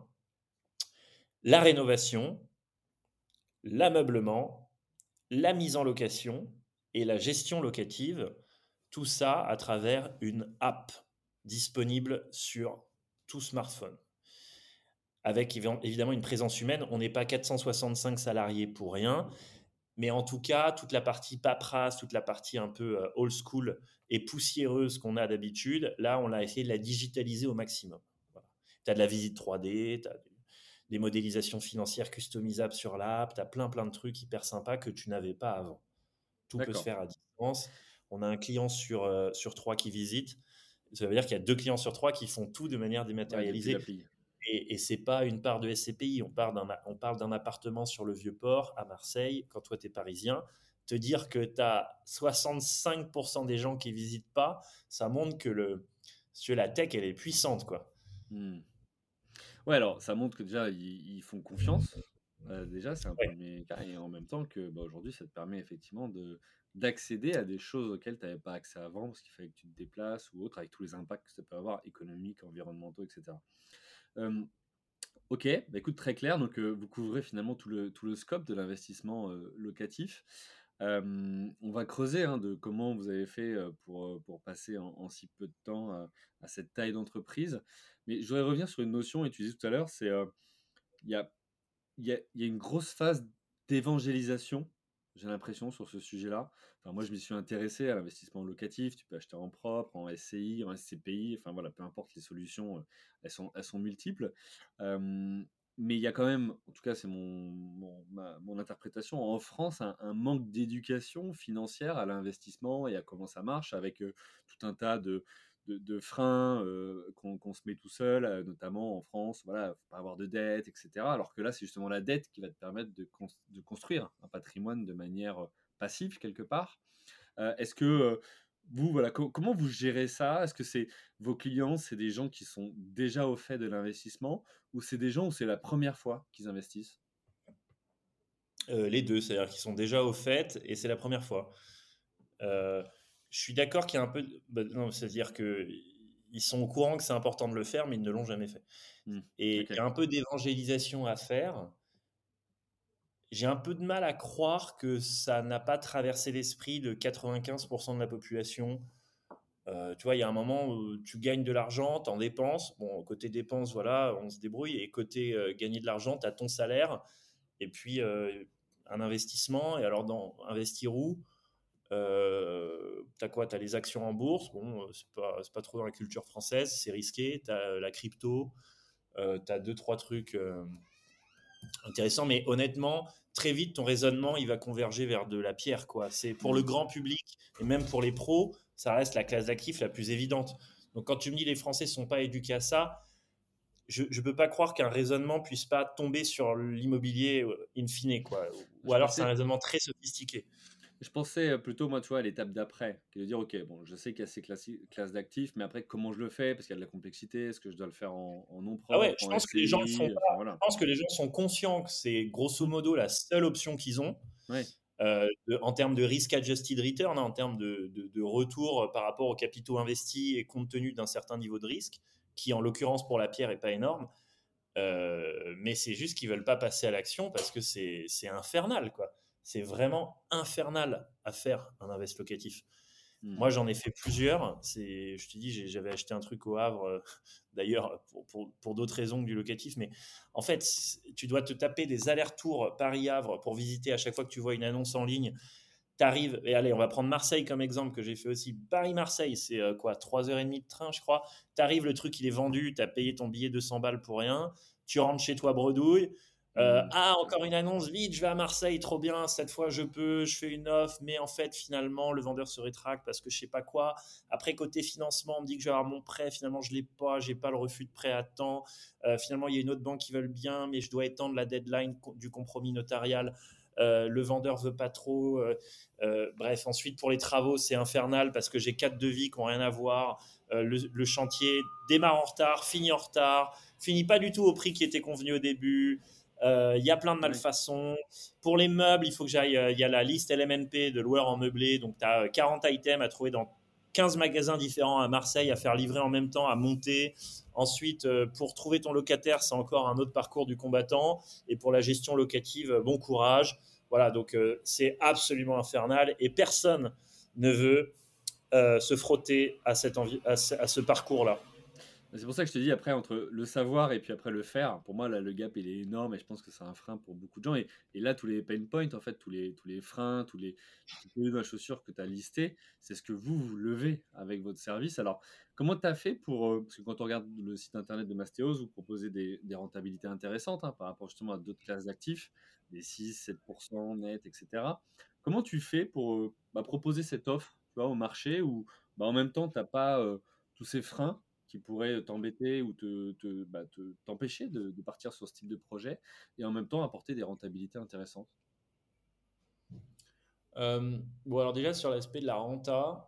la rénovation, l'ameublement, la mise en location et la gestion locative. Tout ça à travers une app disponible sur tout smartphone. Avec évidemment une présence humaine. On n'est pas quatre cent soixante-cinq salariés pour rien. Mais en tout cas, toute la partie paperasse, toute la partie un peu euh, old school et poussiéreuse qu'on a d'habitude, là, on a essayé de la digitaliser au maximum. Voilà. Tu as de la visite trois D, tu as des modélisations financières customisables sur l'app, tu as plein plein de trucs hyper sympas que tu n'avais pas avant. Tout peut se D'accord. faire à distance. On a un client sur, euh, sur trois qui visite. Ça veut dire qu'il y a deux clients sur trois qui font tout de manière Ouais, depuis dématérialisée. l'appli. Et, et c'est pas une part de S C P I. On parle d'un, on parle d'un appartement sur le Vieux-Port à Marseille, quand toi tu es parisien. Te dire que tu as soixante-cinq pour cent des gens qui visitent pas, ça montre que le, que la tech, elle est puissante, quoi. Mmh. Ouais, alors ça montre que déjà ils, ils font confiance. Euh, déjà, c'est un Ouais. premier cas. Et en même temps que bah, aujourd'hui, ça te permet effectivement de d'accéder à des choses auxquelles tu n'avais pas accès avant, parce qu'il fallait que tu te déplaces ou autre, avec tous les impacts que ça peut avoir, économiques, environnementaux, et cetera. Euh, ok, bah, écoute, très clair. Donc, euh, vous couvrez finalement tout le, tout le scope de l'investissement euh, locatif. Euh, on va creuser hein, de comment vous avez fait euh, pour, euh, pour passer en, en si peu de temps à, à cette taille d'entreprise. Mais je voudrais revenir sur une notion, et tu disais tout à l'heure, c'est euh, il y a, il y a, il y a une grosse phase d'évangélisation, j'ai l'impression, sur ce sujet-là. Enfin, moi, je m'y suis intéressé à l'investissement locatif. Tu peux acheter en propre, en S C I, en S C P I. Enfin, voilà, peu importe les solutions, euh, elles sont, elles sont multiples. Euh, mais il y a quand même, en tout cas, c'est mon, mon, ma- mon interprétation, en France, un, un manque d'éducation financière à l'investissement et à comment ça marche, avec euh, tout un tas de, de, de freins euh, qu'on qu'on se met tout seul, euh, notamment en France. Voilà, faut pas avoir de dette, et cetera. Alors que là, c'est justement la dette qui va te permettre de, cons- de construire un patrimoine de manière euh, passive quelque part. Euh, Est-ce que euh, vous, voilà, co- comment vous gérez ça? Est-ce que c'est vos clients, c'est des gens qui sont déjà au fait de l'investissement, ou c'est des gens où c'est la première fois qu'ils investissent? Euh, les deux, c'est-à-dire qu'ils sont déjà au fait et c'est la première fois. Euh, je suis d'accord qu'il y a un peu. de- bah, non, c'est-à-dire qu'ils sont au courant que c'est important de le faire, mais ils ne l'ont jamais fait. Hmm. Et il y Ok. a un peu d'évangélisation à faire. J'ai un peu de mal à croire que ça n'a pas traversé l'esprit de quatre-vingt-quinze pour cent de la population. Euh, tu vois, il y a un moment où tu gagnes de l'argent, tu en dépenses. Bon, côté dépenses, voilà, on se débrouille. Et côté euh, gagner de l'argent, tu as ton salaire et puis euh, un investissement. Et alors, dans investir où? Euh, tu as quoi? Tu as les actions en bourse. Bon, euh, c'est pas, c'est pas trop dans la culture française, c'est risqué. Tu as la crypto. Euh, tu as deux, trois trucs. Euh, intéressant, mais honnêtement, très vite, ton raisonnement, il va converger vers de la pierre, quoi. C'est pour le Hmm. grand public et même pour les pros, ça reste la classe d'actifs la plus évidente. Donc quand tu me dis les Français ne sont pas éduqués à ça, je ne peux pas croire qu'un raisonnement puisse pas tomber sur l'immobilier euh, in fine, quoi. Ou Je alors c'est un pensais, raisonnement très sophistiqué. je pensais euh, plutôt, moi, tu vois, à l'étape d'après, qui est de dire, OK, bon, je sais qu'il y a ces classi- classes d'actifs, mais après, comment je le fais? Parce qu'il y a de la complexité. Est-ce que je dois le faire en, en nom Ah ouais, propre, je en pense que les gens le font S C I? pas. Enfin, Je voilà. pense que les gens sont conscients que c'est grosso Mm. modo la seule option qu'ils ont Ouais. euh, de- en termes de risk adjusted return, hein, en termes de, de- de retour par rapport aux capitaux investis et compte tenu d'un certain niveau de risque, qui en l'occurrence pour la pierre est pas énorme. Euh, mais c'est juste qu'ils veulent pas passer à l'action parce que c'est c'est infernal, quoi. C'est vraiment infernal à faire un invest locatif. Mm. Moi, j'en ai fait plusieurs. C'est, je te dis, j'ai- j'avais acheté un truc au Havre, euh, d'ailleurs, pour, pour, pour d'autres raisons que du locatif. Mais en fait, c- tu dois te taper des allers-retours Paris-Havre pour visiter à chaque fois que tu vois une annonce en ligne. Tu arrives, et allez, on va prendre Marseille comme exemple que j'ai fait aussi. Paris-Marseille, c'est euh, quoi, trois heures trente de train, je crois. Tu arrives, le truc, il est vendu, tu as payé ton billet deux cents balles pour rien. Tu rentres chez toi bredouille. Euh, Mm. ah, encore une annonce, vite, je vais à Marseille, trop bien, cette fois je peux, je fais une offre, mais en fait, finalement, le vendeur se rétracte parce que je sais pas quoi. Après, côté financement, on me dit que je vais avoir mon prêt, finalement, je l'ai pas, j'ai pas le refus de prêt à temps. Euh, finalement, il y a une autre banque qui veut le bien, mais je dois étendre la deadline du compromis notarial. Euh, le vendeur veut pas trop. Euh, euh, bref, ensuite, pour les travaux, c'est infernal parce que j'ai quatre devis qui n'ont rien à voir. Euh, le, le chantier démarre en retard, finit en retard, finit pas du tout au prix qui était convenu au début. Il euh, y a plein de Ouais. malfaçons. Pour les meubles, il faut que j'aille. Il euh, y a la liste L M N P de loueurs en meublé. Donc, tu as quarante items à trouver dans quinze magasins différents à Marseille, à faire livrer en même temps, à monter. Ensuite, euh, pour trouver ton locataire, c'est encore un autre parcours du combattant. Et pour la gestion locative, euh, bon courage. Voilà, donc euh, c'est absolument infernal et personne ne veut euh, se frotter à, cette envie, à ce, à ce parcours-là. C'est pour ça que je te dis, après, entre le savoir et puis après le faire, pour moi, là, le gap, il est énorme et je pense que c'est un frein pour beaucoup de gens. Et, et là, tous les pain points, en fait, tous les, tous les freins, tous les petits cailloux dans la chaussure que tu as listés, c'est ce que vous, vous levez avec votre service. Alors, comment tu as fait pour. euh, Parce que quand on regarde le site internet de Mastéos, vous proposez des, des rentabilités intéressantes hein, par rapport justement à d'autres classes d'actifs, des six, sept pour cent net, et cetera. Comment tu fais pour euh, bah, proposer cette offre tu vois, au marché où bah, en même temps, tu n'as pas euh, tous ces freins qui pourraient t'embêter ou te, te, bah, te- t'empêcher de, de partir sur ce type de projet et en même temps apporter des rentabilités intéressantes. Euh, bon, alors déjà, sur l'aspect de la renta,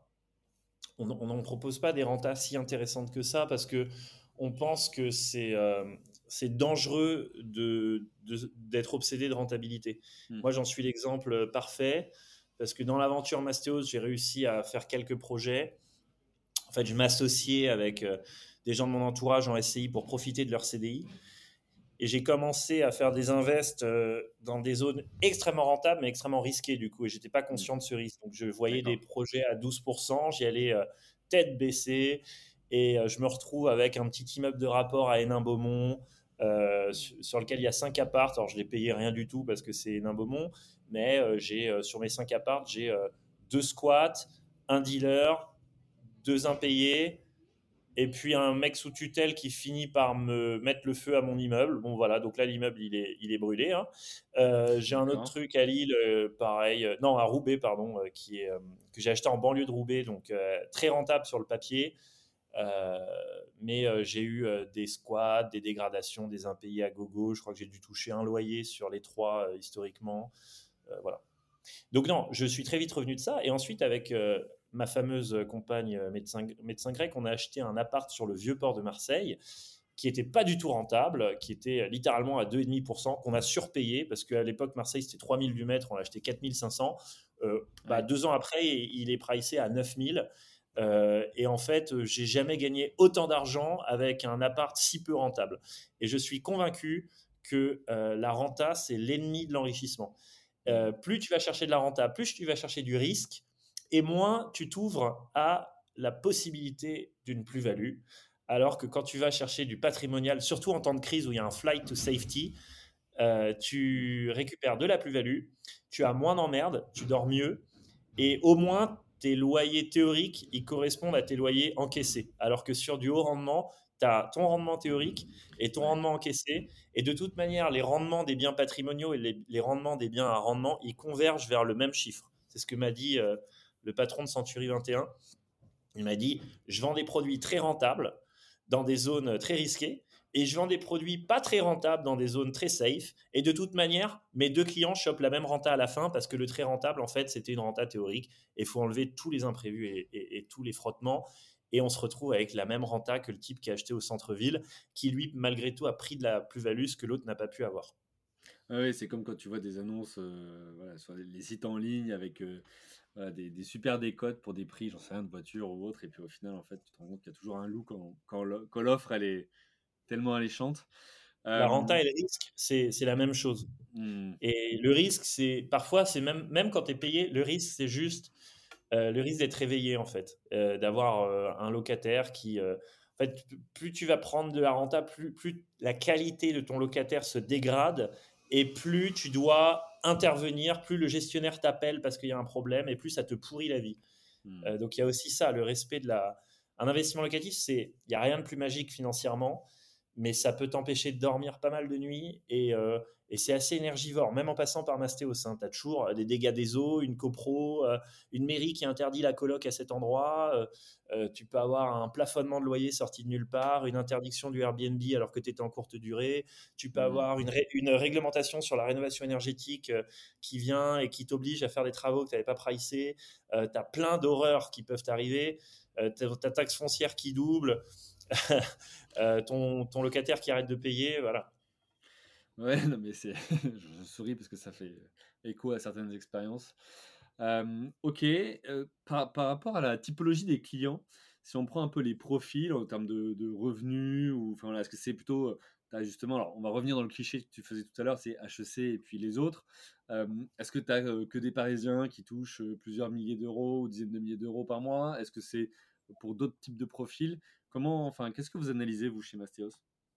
on n'en propose pas des rentas si intéressantes que ça parce que on pense que c'est euh, c'est dangereux de, de- d'être obsédé de rentabilité. Hmm. Moi, j'en suis l'exemple parfait parce que dans l'aventure Mastéos, j'ai réussi à faire quelques projets. En fait, je m'associais avec euh, des gens de mon entourage en S C I pour profiter de leur C D I. Et j'ai commencé à faire des invests euh, dans des zones extrêmement rentables, mais extrêmement risquées du coup. Et j'étais pas Hmm. conscient de ce risque. Donc je voyais des D'accord. projets à douze pour cent, j'y allais euh, tête baissée. Et euh, je me retrouve avec un petit immeuble de rapport à Hénin-Beaumont, euh, sur, sur lequel il y a cinq appartes. Alors je l'ai payé rien du tout parce que c'est Hénin-Beaumont, mais euh, j'ai euh, sur mes cinq appartes, j'ai euh, deux squats, un dealer, deux impayés, et puis un mec sous tutelle qui finit par me mettre le feu à mon immeuble. Bon voilà, donc là l'immeuble il est, il est brûlé, hein. Euh, j'ai un autre D'accord. truc à Lille, euh, pareil, euh, non à Roubaix pardon, euh, qui est, euh, que j'ai acheté en banlieue de Roubaix, donc euh, très rentable sur le papier. Euh, mais euh, j'ai eu euh, des squats, des dégradations, des impayés à gogo. Je crois que j'ai dû toucher un loyer sur les trois euh, historiquement. Euh, voilà. Donc non, je suis très vite revenu de ça. Et ensuite, avec euh, ma fameuse compagne euh, médecin, médecin grec, on a acheté un appart sur le vieux port de Marseille qui était pas du tout rentable, qui était littéralement à deux virgule cinq pour cent, qu'on a surpayé, parce qu'à l'époque, Marseille, c'était trois mille du mètre, on l'a acheté quatre mille cinq cents. Euh, bah, Ouais. deux ans après, il est pricé à neuf mille. Euh, et en fait, j'ai jamais gagné autant d'argent avec un appart si peu rentable. Et je suis convaincu que euh, la renta, c'est l'ennemi de l'enrichissement. Hmm. Euh, plus tu vas chercher de la renta, plus tu vas chercher du risque, et moins tu t'ouvres à la possibilité d'une plus-value. Alors que quand tu vas chercher du patrimonial, surtout en temps de crise où il y a un flight to safety, euh, tu récupères de la plus-value, tu as moins d'emmerdes, tu dors mieux, et au moins tes loyers théoriques, ils correspondent à tes loyers encaissés. Alors que sur du haut rendement, tu as ton rendement théorique et ton Ouais. rendement encaissé. Et de toute manière, les rendements des biens patrimoniaux et les, les rendements des biens à rendement, ils convergent vers le même chiffre. C'est ce que m'a dit euh, le patron de Century vingt et un. Il m'a dit, je vends des produits très rentables dans des zones très risquées et je vends des produits pas très rentables dans des zones très safe. Et de toute manière, mes deux clients chopent la même renta à la fin parce que le très rentable, en fait, c'était une renta théorique et il faut enlever tous les imprévus et, et- et tous les frottements. Et on se retrouve avec la même renta que le type qui a acheté au centre-ville, qui lui, malgré tout, a pris de la plus-value, ce que l'autre n'a pas pu avoir. Ah oui, c'est comme quand tu vois des annonces euh, voilà, sur les, les sites en ligne avec euh, voilà, des, des super décotes pour des prix, j'en sais rien, de voiture ou autre, et puis au final, en fait, tu te rends compte qu'il y a toujours un loup quand, quand l'o- quand l'offre, elle est tellement alléchante. La Euh, renta et le risque, c'est c'est la même chose. hmm, Et le risque, c'est parfois, c'est même, même quand tu es payé, le risque, c'est juste euh, le risque d'être réveillé, en fait, euh, d'avoir euh, un locataire qui. euh, en fait, plus tu vas prendre de la renta, plus, plus la qualité de ton locataire se dégrade et plus tu dois intervenir, plus le gestionnaire t'appelle parce qu'il y a un problème et plus ça te pourrit la vie. hmm. Euh, donc il y a aussi ça, le respect de la. Un investissement locatif, c'est il n'y a rien de plus magique financièrement, mais ça peut t'empêcher de dormir pas mal de nuits et, euh, et c'est assez énergivore, même en passant par Mastéos. Hein. Tu as toujours des dégâts des eaux, une copro, euh, une mairie qui interdit la coloc à cet endroit. Euh, euh, tu peux avoir un plafonnement de loyer sorti de nulle part, une interdiction du Airbnb alors que tu étais en courte durée. Tu peux Hmm. avoir une, ré- une réglementation sur la rénovation énergétique euh, qui vient et qui t'oblige à faire des travaux que tu n'avais pas pricés. Euh, tu as plein d'horreurs qui peuvent t'arriver. Euh, ta, ta taxe foncière qui double. Euh, ton, ton locataire qui arrête de payer, voilà. Ouais, non, mais c'est, je je souris parce que ça fait euh, écho à certaines expériences. Euh, ok, euh, par, par rapport à la typologie des clients, si on prend un peu les profils en termes de, de revenus, ou enfin voilà, est-ce que c'est plutôt, euh, t'as justement, alors on va revenir dans le cliché que tu faisais tout à l'heure, c'est H E C et puis les autres. Euh, est-ce que tu as que des Parisiens qui touchent euh, plusieurs milliers d'euros ou dizaines de milliers d'euros par mois? Est-ce que c'est pour d'autres types de profils? Comment, enfin, qu'est-ce que vous analysez vous chez Mastéos?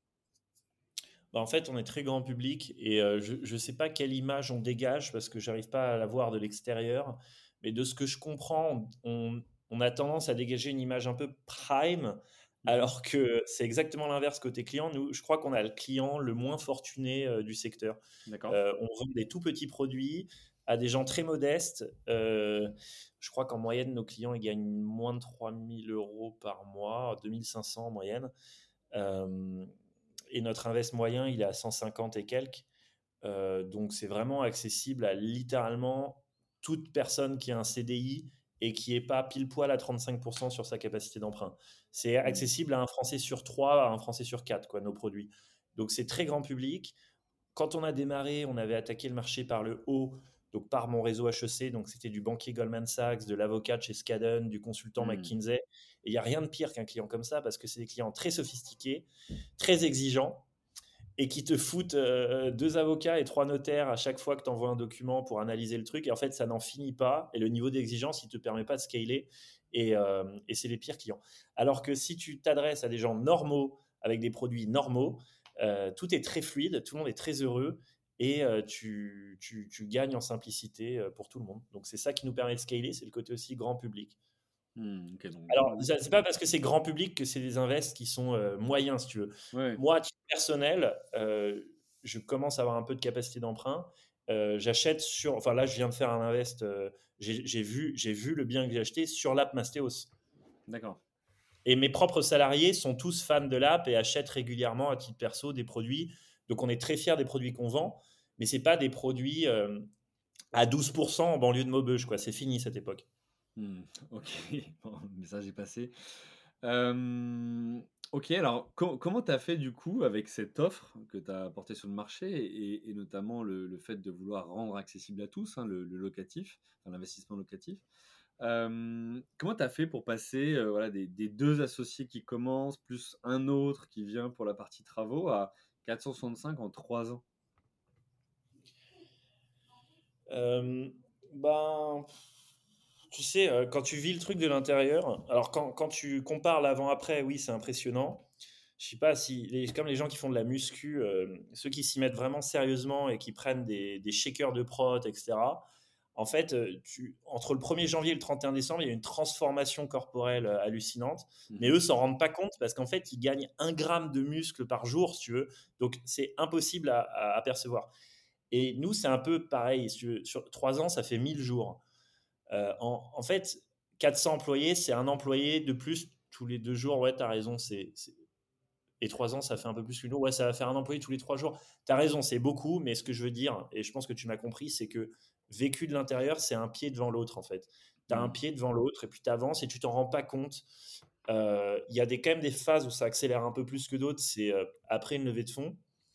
Bah, en fait, on est très grand public et euh, je ne sais pas quelle image on dégage parce que j'arrive pas à la voir de l'extérieur. Mais de ce que je comprends, on, on a tendance à dégager une image un peu prime, Mhm. alors que c'est exactement l'inverse côté client. Nous, je crois qu'on a le client le moins fortuné euh, du secteur. D'accord. Euh, on vend des tout petits produits à des gens très modestes. Euh, je crois qu'en moyenne, nos clients ils gagnent moins de trois mille euros par mois, deux mille cinq cents en moyenne. Euh, et notre invest moyen, il est à cent cinquante et quelques. Euh, donc, c'est vraiment accessible à littéralement toute personne qui a un C D I et qui n'est pas pile poil à trente-cinq pour cent sur sa capacité d'emprunt. C'est Hmm. accessible à un Français sur trois, à un Français sur quatre, quoi, nos produits. Donc, c'est très grand public. Quand on a démarré, on avait attaqué le marché par le haut, donc par mon réseau H E C. Donc, c'était du banquier Goldman Sachs, de l'avocat de chez Skadden, du consultant Hmm. McKinsey. Et il n'y a rien de pire qu'un client comme ça parce que c'est des clients très sophistiqués, très exigeants et qui te foutent euh, deux avocats et trois notaires à chaque fois que tu envoies un document pour analyser le truc. Et en fait, ça n'en finit pas. Et le niveau d'exigence, il ne te permet pas de scaler. Et, euh, et c'est les pires clients. Alors que si tu t'adresses à des gens normaux, avec des produits normaux, euh, tout est très fluide, tout le monde est très heureux et euh, tu, tu, tu gagnes en simplicité euh, pour tout le monde. Donc c'est ça qui nous permet de scaler, c'est le côté aussi grand public. Hmm. Ok, donc. Alors, c'est pas parce que c'est grand public que c'est des invests qui sont euh, moyens, si tu veux. Ouais. Moi, à titre personnel, euh, je commence à avoir un peu de capacité d'emprunt. Euh, j'achète sur. Enfin, là, je viens de faire un invest. euh, j'ai j'ai vu, j'ai vu le bien que j'ai acheté sur l'app Mastéos. D'accord. Et mes propres salariés sont tous fans de l'app et achètent régulièrement à titre perso des produits. Donc, on est très fiers des produits qu'on vend, mais c'est pas des produits euh, à douze pour cent en banlieue de Maubeuge, quoi. C'est fini cette époque. Hmm. Ok, bon, le message est passé. Euh, ok, alors co- comment tu as fait du coup avec cette offre que tu as apportée sur le marché et, et notamment le, le fait de vouloir rendre accessible à tous hein, le, le locatif, enfin, l'investissement locatif. Euh, comment tu as fait pour passer euh, voilà, des, des deux associés qui commencent plus un autre qui vient pour la partie travaux à quatre cent soixante-cinq en trois ans? Euh, ben, tu sais, euh, quand tu vis le truc de l'intérieur, alors quand, quand tu compares l'avant-après, oui, c'est impressionnant. Je sais pas si, les, comme les gens qui font de la muscu, euh, ceux qui s'y mettent vraiment sérieusement et qui prennent des, des shakers de prot, et cetera. En fait, euh, tu, entre le premier janvier et le trente et un décembre, il y a une transformation corporelle euh, hallucinante. Mais eux Mhm. s'en rendent pas compte parce qu'en fait, ils gagnent un gramme de muscle par jour, si tu veux. Donc, c'est impossible à, à apercevoir. Et nous, c'est un peu pareil. Si tu veux, sur trois ans, ça fait mille jours. Euh, en, en fait, quatre cents employés, c'est un employé de plus tous les deux jours. Ouais, tu as raison. C'est, c'est- Et trois ans, ça fait un peu plus qu'une jour. Ouais, ça va faire un employé tous les trois jours. Tu as raison, c'est beaucoup. Mais ce que je veux dire, et je pense que tu m'as compris, c'est que vécu de l'intérieur, c'est un pied devant l'autre, en fait. Tu as un Hmm. pied devant l'autre et puis tu avances et tu t'en rends pas compte. Euh, Il y a des, quand même des phases où ça accélère un peu plus que d'autres. C'est euh, après une levée de fonds.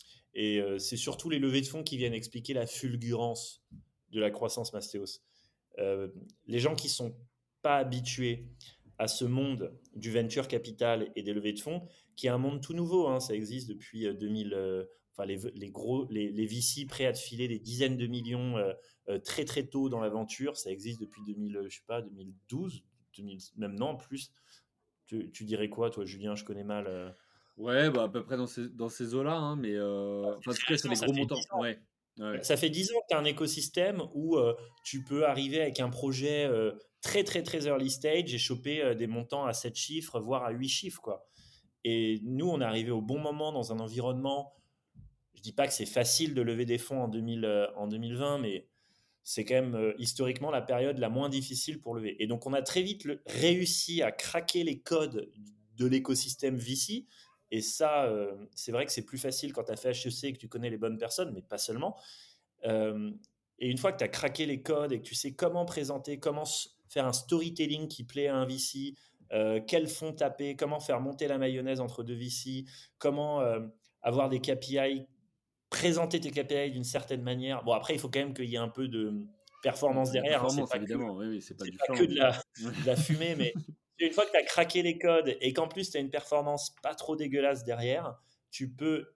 Et euh, c'est surtout les levées de fonds qui viennent expliquer la fulgurance de la croissance Mastéos. Euh, les gens qui sont pas habitués à ce monde du venture capital et des levées de fonds, qui est un monde tout nouveau, hein, ça existe depuis euh, deux mille. Euh, enfin, les, les gros, les, les V C prêts à te filer des dizaines de millions euh, euh, très très tôt dans l'aventure, ça existe depuis deux mille, euh, je sais pas, deux mille douze, deux mille, même non plus. Tu, tu dirais quoi, toi, Julien? Je connais mal. euh, Ouais, bah, à peu près dans ces, dans ces eaux-là, hein, mais euh, enfin, en C'est tout très cas, sur récent, des ça gros fait dix montants. ans. Ouais, ouais. Ça fait dix ans que tu as un écosystème où euh, tu peux arriver avec un projet euh, très, très, très early stage et choper euh, des montants à sept chiffres, voire à huit chiffres, quoi. Et nous, on est arrivé au bon moment dans un environnement. Je dis pas que c'est facile de lever des fonds en, deux mille, euh, en deux mille vingt, mais c'est quand même euh, historiquement la période la moins difficile pour lever. Et donc, on a très vite le- réussi à craquer les codes de l'écosystème V C. Et ça, euh, c'est vrai que c'est plus facile quand tu as fait H E C et que tu connais les bonnes personnes, mais pas seulement. Euh, et une fois que tu as craqué les codes et que tu sais comment présenter, comment faire un storytelling qui plaît à un V C, euh, quel fond taper, comment faire monter la mayonnaise entre deux V C, comment euh, avoir des K P I, présenter tes K P I d'une certaine manière. Bon, après, il faut quand même qu'il y ait un peu de performance De la derrière. Hein. C'est performance, pas que, évidemment. Oui, oui, c'est pas c'est du pas que flan, de mais. la, de la fumée, mais une fois que tu as craqué les codes et qu'en plus tu as une performance pas trop dégueulasse derrière, tu peux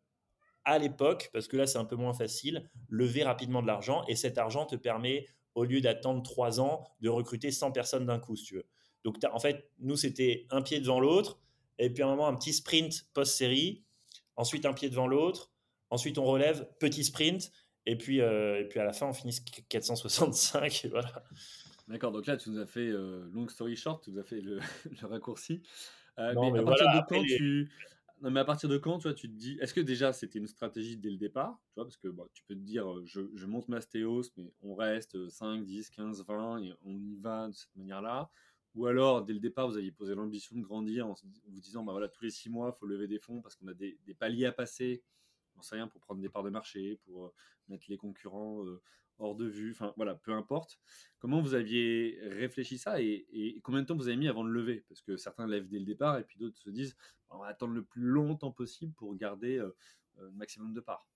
à l'époque, parce que là c'est un peu moins facile, lever rapidement de l'argent et cet argent te permet, au lieu d'attendre trois ans, de recruter cent personnes d'un coup, si tu veux. Donc en fait, nous c'était un pied devant l'autre, et puis à un moment un petit sprint post-série, ensuite un pied devant l'autre, ensuite on relève, petit sprint, et puis, euh, et puis à la fin on finit quatre cent soixante-cinq, et voilà. D'accord, donc là, tu nous as fait, euh, long story short, tu nous as fait le, le raccourci. Euh, Non mais mais à voilà, partir de après quand les... tu. Non, mais à partir de quand, tu vois, tu te dis. Est-ce que déjà, c'était une stratégie dès le départ? Tu vois, parce que bon, tu peux te dire, euh, je, je monte Mastéos, mais on reste euh, cinq, dix, quinze, vingt, et on y va de cette manière-là. Ou alors, dès le départ, vous aviez posé l'ambition de grandir en, se- en vous disant, bah voilà, tous les six mois, il faut lever des fonds parce qu'on a des, des paliers à passer, j'en sais rien, pour prendre des parts de marché, pour euh, mettre les concurrents euh, hors de vue, enfin voilà, peu importe. Comment vous aviez réfléchi ça et, et combien de temps vous avez mis avant de lever? Parce que certains lèvent dès le départ et puis d'autres se disent on va attendre le plus longtemps possible pour garder euh, euh, le maximum de parts.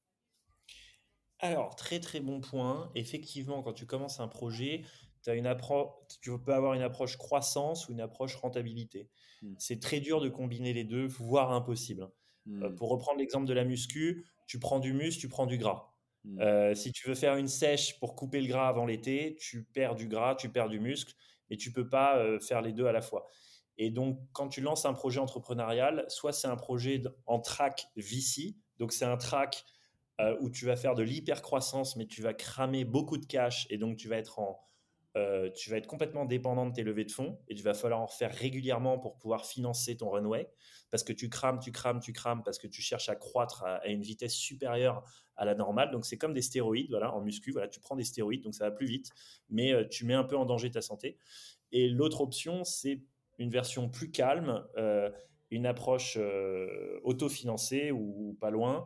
Alors, très très bon point. Effectivement, quand tu commences un projet, t'as une appro- tu peux avoir une approche croissance ou une approche rentabilité. Hmm. C'est très dur de combiner les deux, voire impossible. Euh, Hmm. pour reprendre l'exemple de la muscu, tu prends du muscle, tu prends du gras. Hmm. Euh, si tu veux faire une sèche pour couper le gras avant l'été, tu perds du gras, tu perds du muscle, et tu peux pas euh, faire les deux à la fois. Et donc, quand tu lances un projet entrepreneurial, soit c'est un projet d- en track V C, donc c'est un track euh, où tu vas faire de l'hypercroissance, mais tu vas cramer beaucoup de cash et donc tu vas être en, euh, tu vas être complètement dépendant de tes levées de fonds et tu vas falloir en faire régulièrement pour pouvoir financer ton runway parce que tu crames, tu crames, tu crames parce que tu cherches à croître à, à une vitesse supérieure à la normale. Donc c'est comme des stéroïdes, voilà, en muscu, voilà, tu prends des stéroïdes, donc ça va plus vite, mais euh, tu mets un peu en danger ta santé. Et l'autre option, c'est une version plus calme, euh, une approche euh, autofinancée ou, ou pas loin,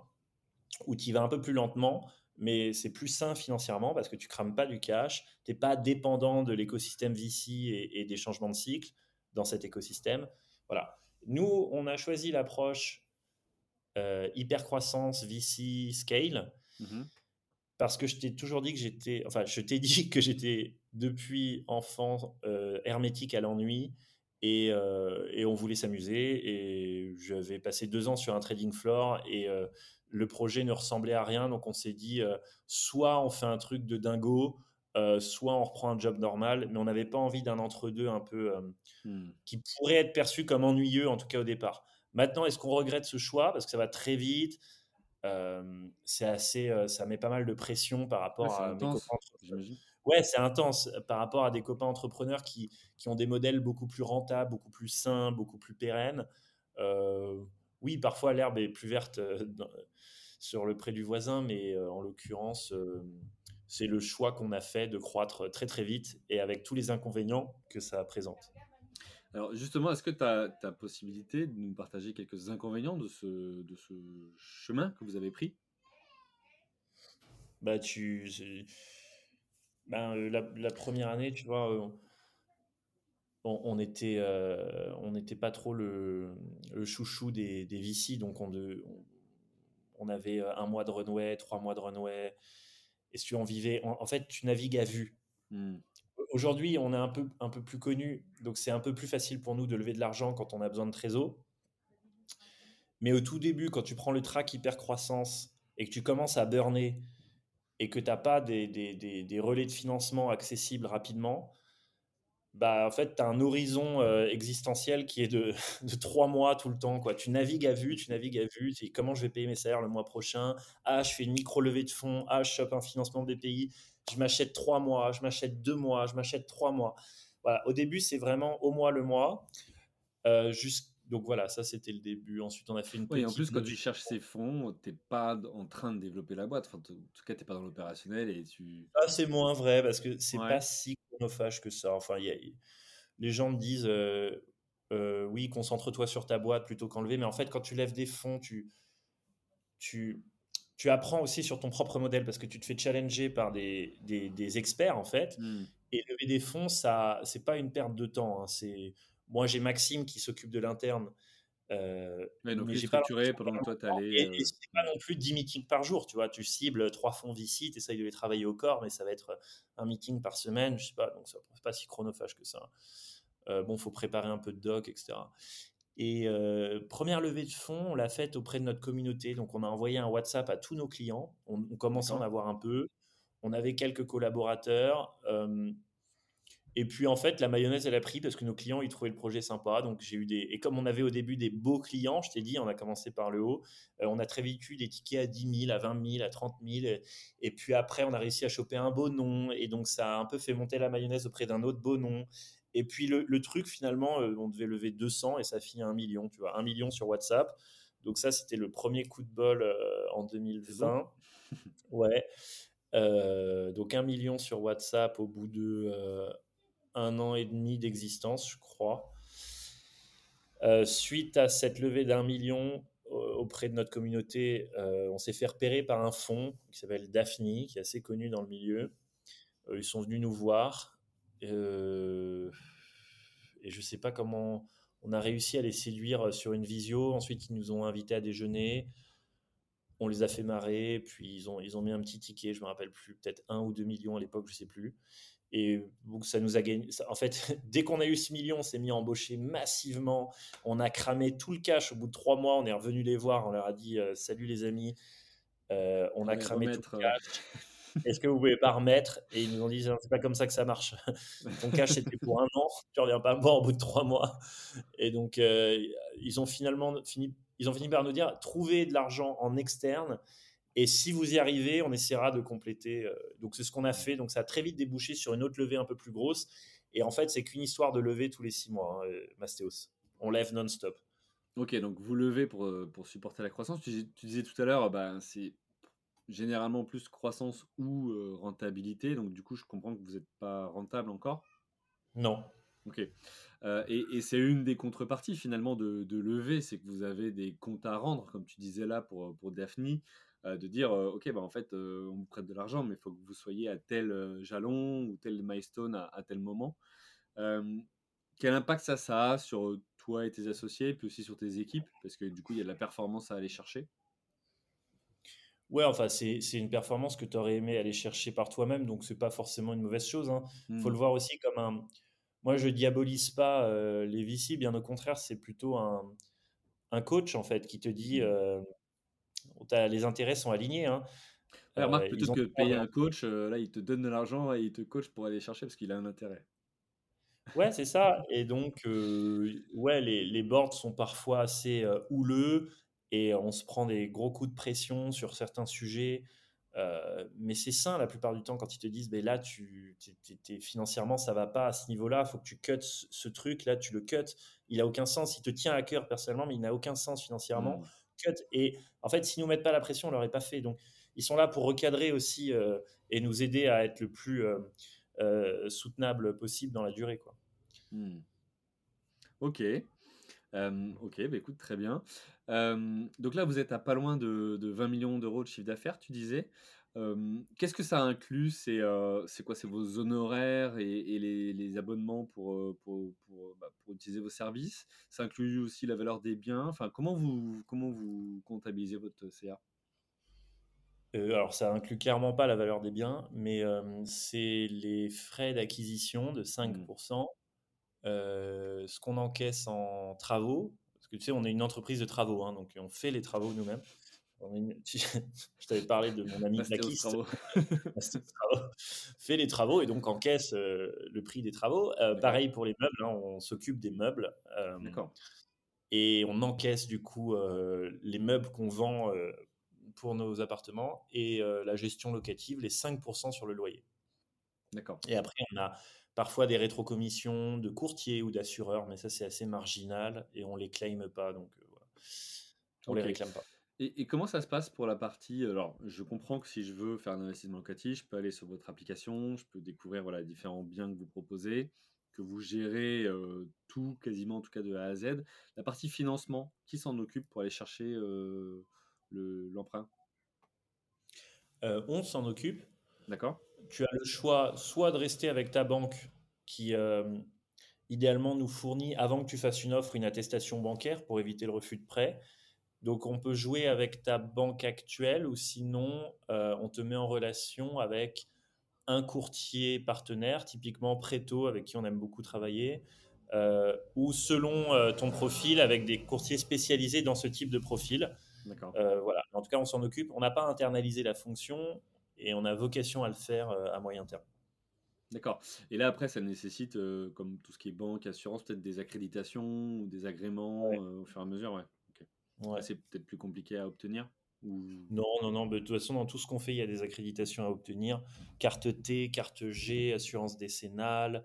où tu y vas un peu plus lentement, mais c'est plus sain financièrement parce que tu crames pas du cash, tu n'es pas dépendant de l'écosystème V C et, et des changements de cycle dans cet écosystème. Voilà. Nous, on a choisi l'approche euh, hypercroissance V C scale Mhm. parce que je t'ai toujours dit que j'étais, enfin, je t'ai dit que j'étais depuis enfant euh, hermétique à l'ennui et, euh, et on voulait s'amuser. Et j'avais passé deux ans sur un trading floor et euh, le projet ne ressemblait à rien. Donc on s'est dit, euh, soit on fait un truc de dingo, euh, soit on reprend un job normal. Mais on n'avait pas envie d'un entre-deux un peu euh, Hmm. qui pourrait être perçu comme ennuyeux, en tout cas au départ. Maintenant, est-ce qu'on regrette ce choix parce que ça va très vite? Euh, c'est assez, euh, ça met pas mal de pression par Ouais, rapport c'est à mes copains intense, entrepreneurs. j'imagine. Ouais, c'est intense euh, par rapport à des copains entrepreneurs qui, qui ont des modèles beaucoup plus rentables, beaucoup plus sains, beaucoup plus pérennes. Euh, oui, parfois l'herbe est plus verte euh, dans- sur le pré du voisin, mais euh, en l'occurrence, euh, c'est le choix qu'on a fait de croître très très vite et avec tous les inconvénients que ça présente. Alors justement, est-ce que tu as la possibilité de nous partager quelques inconvénients de ce, de ce chemin que vous avez pris? Bah, tu, c'est- ben, euh, la, la première année, tu vois, euh, on, on était, euh, on n'était pas trop le, le chouchou des, des V C, donc on, de- on, on avait euh, un mois de runway, trois mois de runway, et si tu en vivais, en, en fait, tu navigues à vue. Hmm. Aujourd'hui, on est un peu, un peu plus connu, donc c'est un peu plus facile pour nous de lever de l'argent quand on a besoin de trésor. Mais au tout début, quand tu prends le track hyper croissance et que tu commences à burner et que tu n'as pas des, des, des, des relais de financement accessibles rapidement, bah, en fait, tu as un horizon euh, existentiel qui est de, de trois mois tout le temps, quoi. Tu navigues à vue, tu navigues à vue. Tu dis, comment je vais payer mes salaires le mois prochain? Ah, je fais une micro-levée de fonds. Ah, je chope un financement B P I. Je m'achète trois mois, je m'achète deux mois, je m'achète trois mois. Voilà. Au début, c'est vraiment au mois le mois. Euh, jusqu'- Donc voilà, ça c'était le début. Ensuite, on a fait une Oui, en plus, petite quand levée. tu cherches ces fonds, t'es pas d- en train de développer la boîte. Enfin, t- en tout cas, t'es pas dans l'opérationnel et tu. Ah, c'est moins vrai parce que c'est pas Ouais. si chronophage que ça. Enfin, il y a- les gens me disent euh, euh, oui, concentre-toi sur ta boîte plutôt qu'en lever. Mais en fait, quand tu lèves des fonds, tu, tu, tu apprends aussi sur ton propre modèle parce que tu te fais challenger par des, des, des experts en fait. Hmm. Et lever des fonds, ça, c'est pas une perte de temps, hein. C'est moi, j'ai Maxime qui s'occupe de l'interne, euh, Ouais, donc mais les j'ai pas structurer l'impression de pendant que perdre toi mon temps. t'allais. Et, et euh, c'est pas hmm. non plus dix meetings par jour, tu vois. Tu cibles trois fonds V C, tu essayes de les travailler au corps, mais ça va être un meeting par semaine, je sais pas, donc ça c'est pas si chronophage que ça. Euh, bon, faut préparer un peu de doc, et cetera. Et euh, première levée de fonds, on l'a faite auprès de notre communauté. Donc, on a envoyé un WhatsApp à tous nos clients. On, on commençait à en D'accord. avoir un peu. On avait quelques collaborateurs. Euh, et puis, en fait, la mayonnaise, elle a pris parce que nos clients, ils trouvaient le projet sympa. Donc, j'ai eu des. Et comme on avait au début des beaux clients, je t'ai dit, on a commencé par le haut. Euh, on a très vite eu des tickets à dix mille, à vingt mille, à trente mille. Et, et puis après, on a réussi à choper un beau nom. Et donc, ça a un peu fait monter la mayonnaise auprès d'un autre beau nom. Et puis, le, le truc, finalement, euh, on devait lever deux cents et ça finit à un million, tu vois, un million sur WhatsApp. Donc, ça, c'était le premier coup de bol euh, en C'est beau. deux mille vingt. Ouais. Euh, donc, un million sur WhatsApp au bout de. Euh, un an et demi d'existence, je crois. Euh, suite à cette levée d'un million euh, auprès de notre communauté, euh, on s'est fait repérer par un fonds qui s'appelle Daphne, qui est assez connu dans le milieu. Euh, ils sont venus nous voir euh, et je ne sais pas comment on a réussi à les séduire sur une visio. Ensuite, ils nous ont invités à déjeuner. On les a fait marrer, puis ils ont, ils ont mis un petit ticket, je ne me rappelle plus, peut-être un ou deux millions à l'époque, je ne sais plus. Et donc, ça nous a gagné. En fait, dès qu'on a eu ce million, on s'est mis à embaucher massivement. On a cramé tout le cash. Au bout de trois mois, on est revenu les voir. On leur a dit euh, salut les amis. Euh, on a Fallait cramé tout le remettre. euh, cash. Est-ce que vous pouvez pas remettre? Et ils nous ont dit c'est pas comme ça que ça marche. Ton cash c'était pour un an. Tu reviens pas me voir au bout de trois mois. Et donc euh, ils ont finalement fini. Ils ont fini par nous dire trouvez de l'argent en externe et si vous y arrivez, on essaiera de compléter. euh, Donc, c'est ce qu'on a fait. Donc, ça a très vite débouché sur une autre levée un peu plus grosse. Et en fait, c'est qu'une histoire de levée tous les six mois, hein, euh, Mastéos. On lève non-stop. Ok, donc vous levez pour, euh, pour supporter la croissance. Tu, dis- tu disais tout à l'heure, bah, c'est généralement plus croissance ou euh, rentabilité. Donc du coup, je comprends que vous n'êtes pas rentable encore. Non. Ok. Euh, et et c'est une des contreparties finalement de, de lever, c'est que vous avez des comptes à rendre, comme tu disais là pour, pour Daphne, euh, de dire, euh, ok, bah, en fait, euh, on vous prête de l'argent, mais il faut que vous soyez à tel euh, jalon ou tel milestone à, à tel moment. Euh, Quel impact ça, ça a sur euh, toi et tes associés, puis aussi sur tes équipes, parce que du coup, il y a de la performance à aller chercher. Ouais, enfin, c'est c'est une performance que tu aurais aimé aller chercher par toi-même. Donc, c'est pas forcément une mauvaise chose, hein. Faut Hmm. le voir aussi comme un. Moi, je diabolise pas euh, les V C. Bien au contraire, c'est plutôt un, un coach, en fait, qui te dit euh, t'as- les intérêts sont alignés, hein. Ouais, remarque, Euh, plutôt ils ont que de payer un coach, euh, là, il te donne de l'argent et il te coach pour aller chercher parce qu'il a un intérêt. Ouais, c'est ça. Et donc, euh, ouais, les, les boards sont parfois assez euh, houleux et on se prend des gros coups de pression sur certains sujets. Euh, mais c'est sain la plupart du temps quand ils te disent, ben là, tu, t'es- t'es- t'es- financièrement, ça va pas à ce niveau-là, il faut que tu cuts ce, ce truc, là, tu le cuts. Il a aucun sens. Il te tient à cœur personnellement, mais il n'a aucun sens financièrement. Hmm. Cut. Et en fait, s'ils nous mettent pas la pression, on l'aurait pas fait. Donc, ils sont là pour recadrer aussi euh, et nous aider à être le plus euh, euh, soutenable possible dans la durée, quoi. Hmm. Ok. Euh, ok, bah écoute, très bien. Euh, donc là, vous êtes à pas loin de, de vingt millions d'euros de chiffre d'affaires, tu disais. Euh, qu'est-ce que ça inclut? C'est euh, c'est quoi? C'est vos honoraires et, et les, les abonnements pour, euh, pour, pour, bah, pour utiliser vos services? Ça inclut aussi la valeur des biens? Enfin, comment vous, comment vous comptabilisez votre C A? Euh, alors, ça inclut clairement pas la valeur des biens, mais euh, c'est les frais d'acquisition de cinq Hmm, pour cent, euh, ce qu'on encaisse en travaux, parce que tu sais, on est une entreprise de travaux, hein, donc on fait les travaux nous-mêmes. On est une- tu- Je t'avais parlé de mon ami Mastéos plaquiste, Travaux. Mastéos Travaux, fait les travaux et donc encaisse euh, le prix des travaux. Euh, D'accord, pareil pour les meubles, hein, on s'occupe des meubles euh, d'accord, et on encaisse du coup euh, les meubles qu'on vend euh, pour nos appartements et euh, la gestion locative, les cinq pour cent sur le loyer. d'accord. Et après, on a parfois des rétrocommissions de courtiers ou d'assureurs, mais ça, c'est assez marginal et on les claime pas, donc euh, voilà. On les Ok. réclame pas. Et, et comment ça se passe pour la partie... Alors, je comprends que si je veux faire un investissement locatif, je peux aller sur votre application, je peux découvrir voilà, les différents biens que vous proposez, que vous gérez euh, tout, quasiment en tout cas de A à Z. La partie financement, qui s'en occupe pour aller chercher euh, le- l'emprunt? Euh, on s'en occupe. D'accord? Tu as le choix soit de rester avec ta banque qui, euh, idéalement, nous fournit, avant que tu fasses une offre, une attestation bancaire pour éviter le refus de prêt. Donc, on peut jouer avec ta banque actuelle ou sinon, euh, on te met en relation avec un courtier partenaire, typiquement Preto, avec qui on aime beaucoup travailler, euh, ou selon euh, ton profil, avec des courtiers spécialisés dans ce type de profil. D'accord. Euh, voilà. En tout cas, on s'en occupe. On n'a pas internalisé la fonction et on a vocation à le faire euh, à moyen terme. D'accord. Et là, après, ça nécessite, euh, comme tout ce qui est banque, assurance, peut-être des accréditations ou des agréments Ouais. euh, au fur et à mesure, ouais. Ok. Là, Ouais. c'est peut-être plus compliqué à obtenir. Ou... Non, non, non. De toute façon, dans tout ce qu'on fait, il y a des accréditations à obtenir. Carte T, carte G, assurance décennale.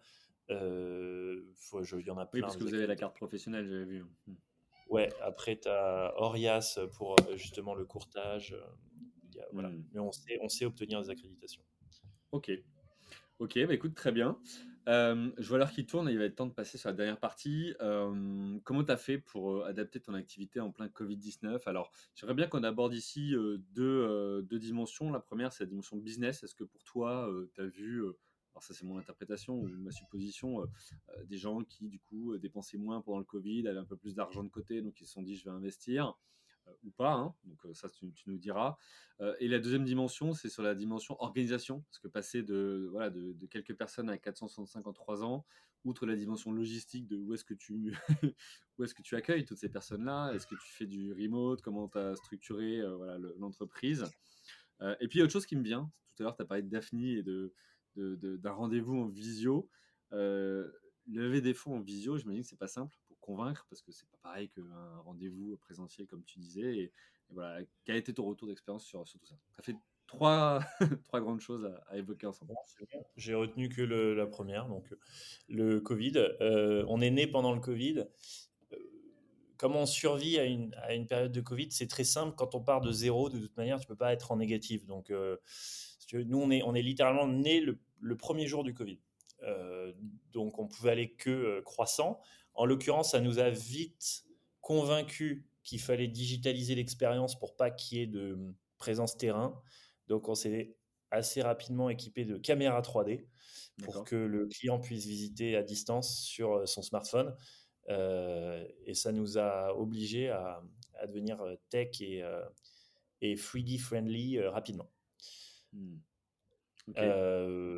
Euh, faut- je- il y en a Oui, plein parce que des vous avez la accréditations. carte professionnelle, j'avais vu. Hmm. Ouais, après, tu as Orias pour euh, justement le courtage. euh, il y a- voilà. Hmm. Mais on sait, on sait obtenir des accréditations. Ok, ok, bah écoute, très bien. Euh, je vois l'heure qui tourne et il va être temps de passer sur la dernière partie. Euh, comment tu as fait pour euh, adapter ton activité en plein covid dix-neuf? Alors, j'aimerais bien qu'on aborde ici euh, deux, euh, deux dimensions. La première, c'est la dimension business. Est-ce que pour toi, tu as vu, euh, alors ça c'est mon interprétation ou ma supposition, euh, euh, des gens qui du coup euh, dépensaient moins pendant le Covid, avaient un peu plus d'argent de côté, donc ils se sont dit je vais investir euh, ou pas, hein. Donc euh, ça tu, tu nous diras. Euh, et la deuxième dimension, c'est sur la dimension organisation, parce que passer de, voilà, de, de quelques personnes à quatre cent soixante-cinq en trois ans, outre la dimension logistique de où est-ce que tu, où est-ce que tu accueilles toutes ces personnes-là, est-ce que tu fais du remote, comment tu as structuré euh, voilà, le- l'entreprise. Euh, et puis, il y a autre chose qui me vient, tout à l'heure, tu as parlé de Daphne et de, de- de- d'un rendez-vous en visio. Euh, lever des fonds en visio, j'imagine que c'est pas simple pour convaincre, parce que c'est pas pareil qu'un rendez-vous présentiel, comme tu disais. Et, et voilà, quel a été ton retour d'expérience sur, sur tout ça? Ça fait trois, trois grandes choses à, à évoquer ensemble. Bon, c'est bon. J'ai retenu que le- la première, donc euh, le Covid. Euh, on est né pendant le Covid. Euh, Comment on survit à une, à une période de Covid? C'est très simple. Quand on part de zéro, de toute manière, tu peux pas être en négatif. Donc, euh, si tu veux, nous, on est, on est littéralement né le, le premier jour du Covid. Euh, donc, on pouvait aller que euh, croissant. En l'occurrence, ça nous a vite convaincus qu'il fallait digitaliser l'expérience pour pas qu'il y ait de présence terrain. Donc, on s'est assez rapidement équipé de caméras trois D pour D'accord? que le client puisse visiter à distance sur euh, son smartphone. Euh, et ça nous a obligés à, à devenir euh, tech et, euh, et trois D friendly euh, rapidement. Hmm. Ok. Euh,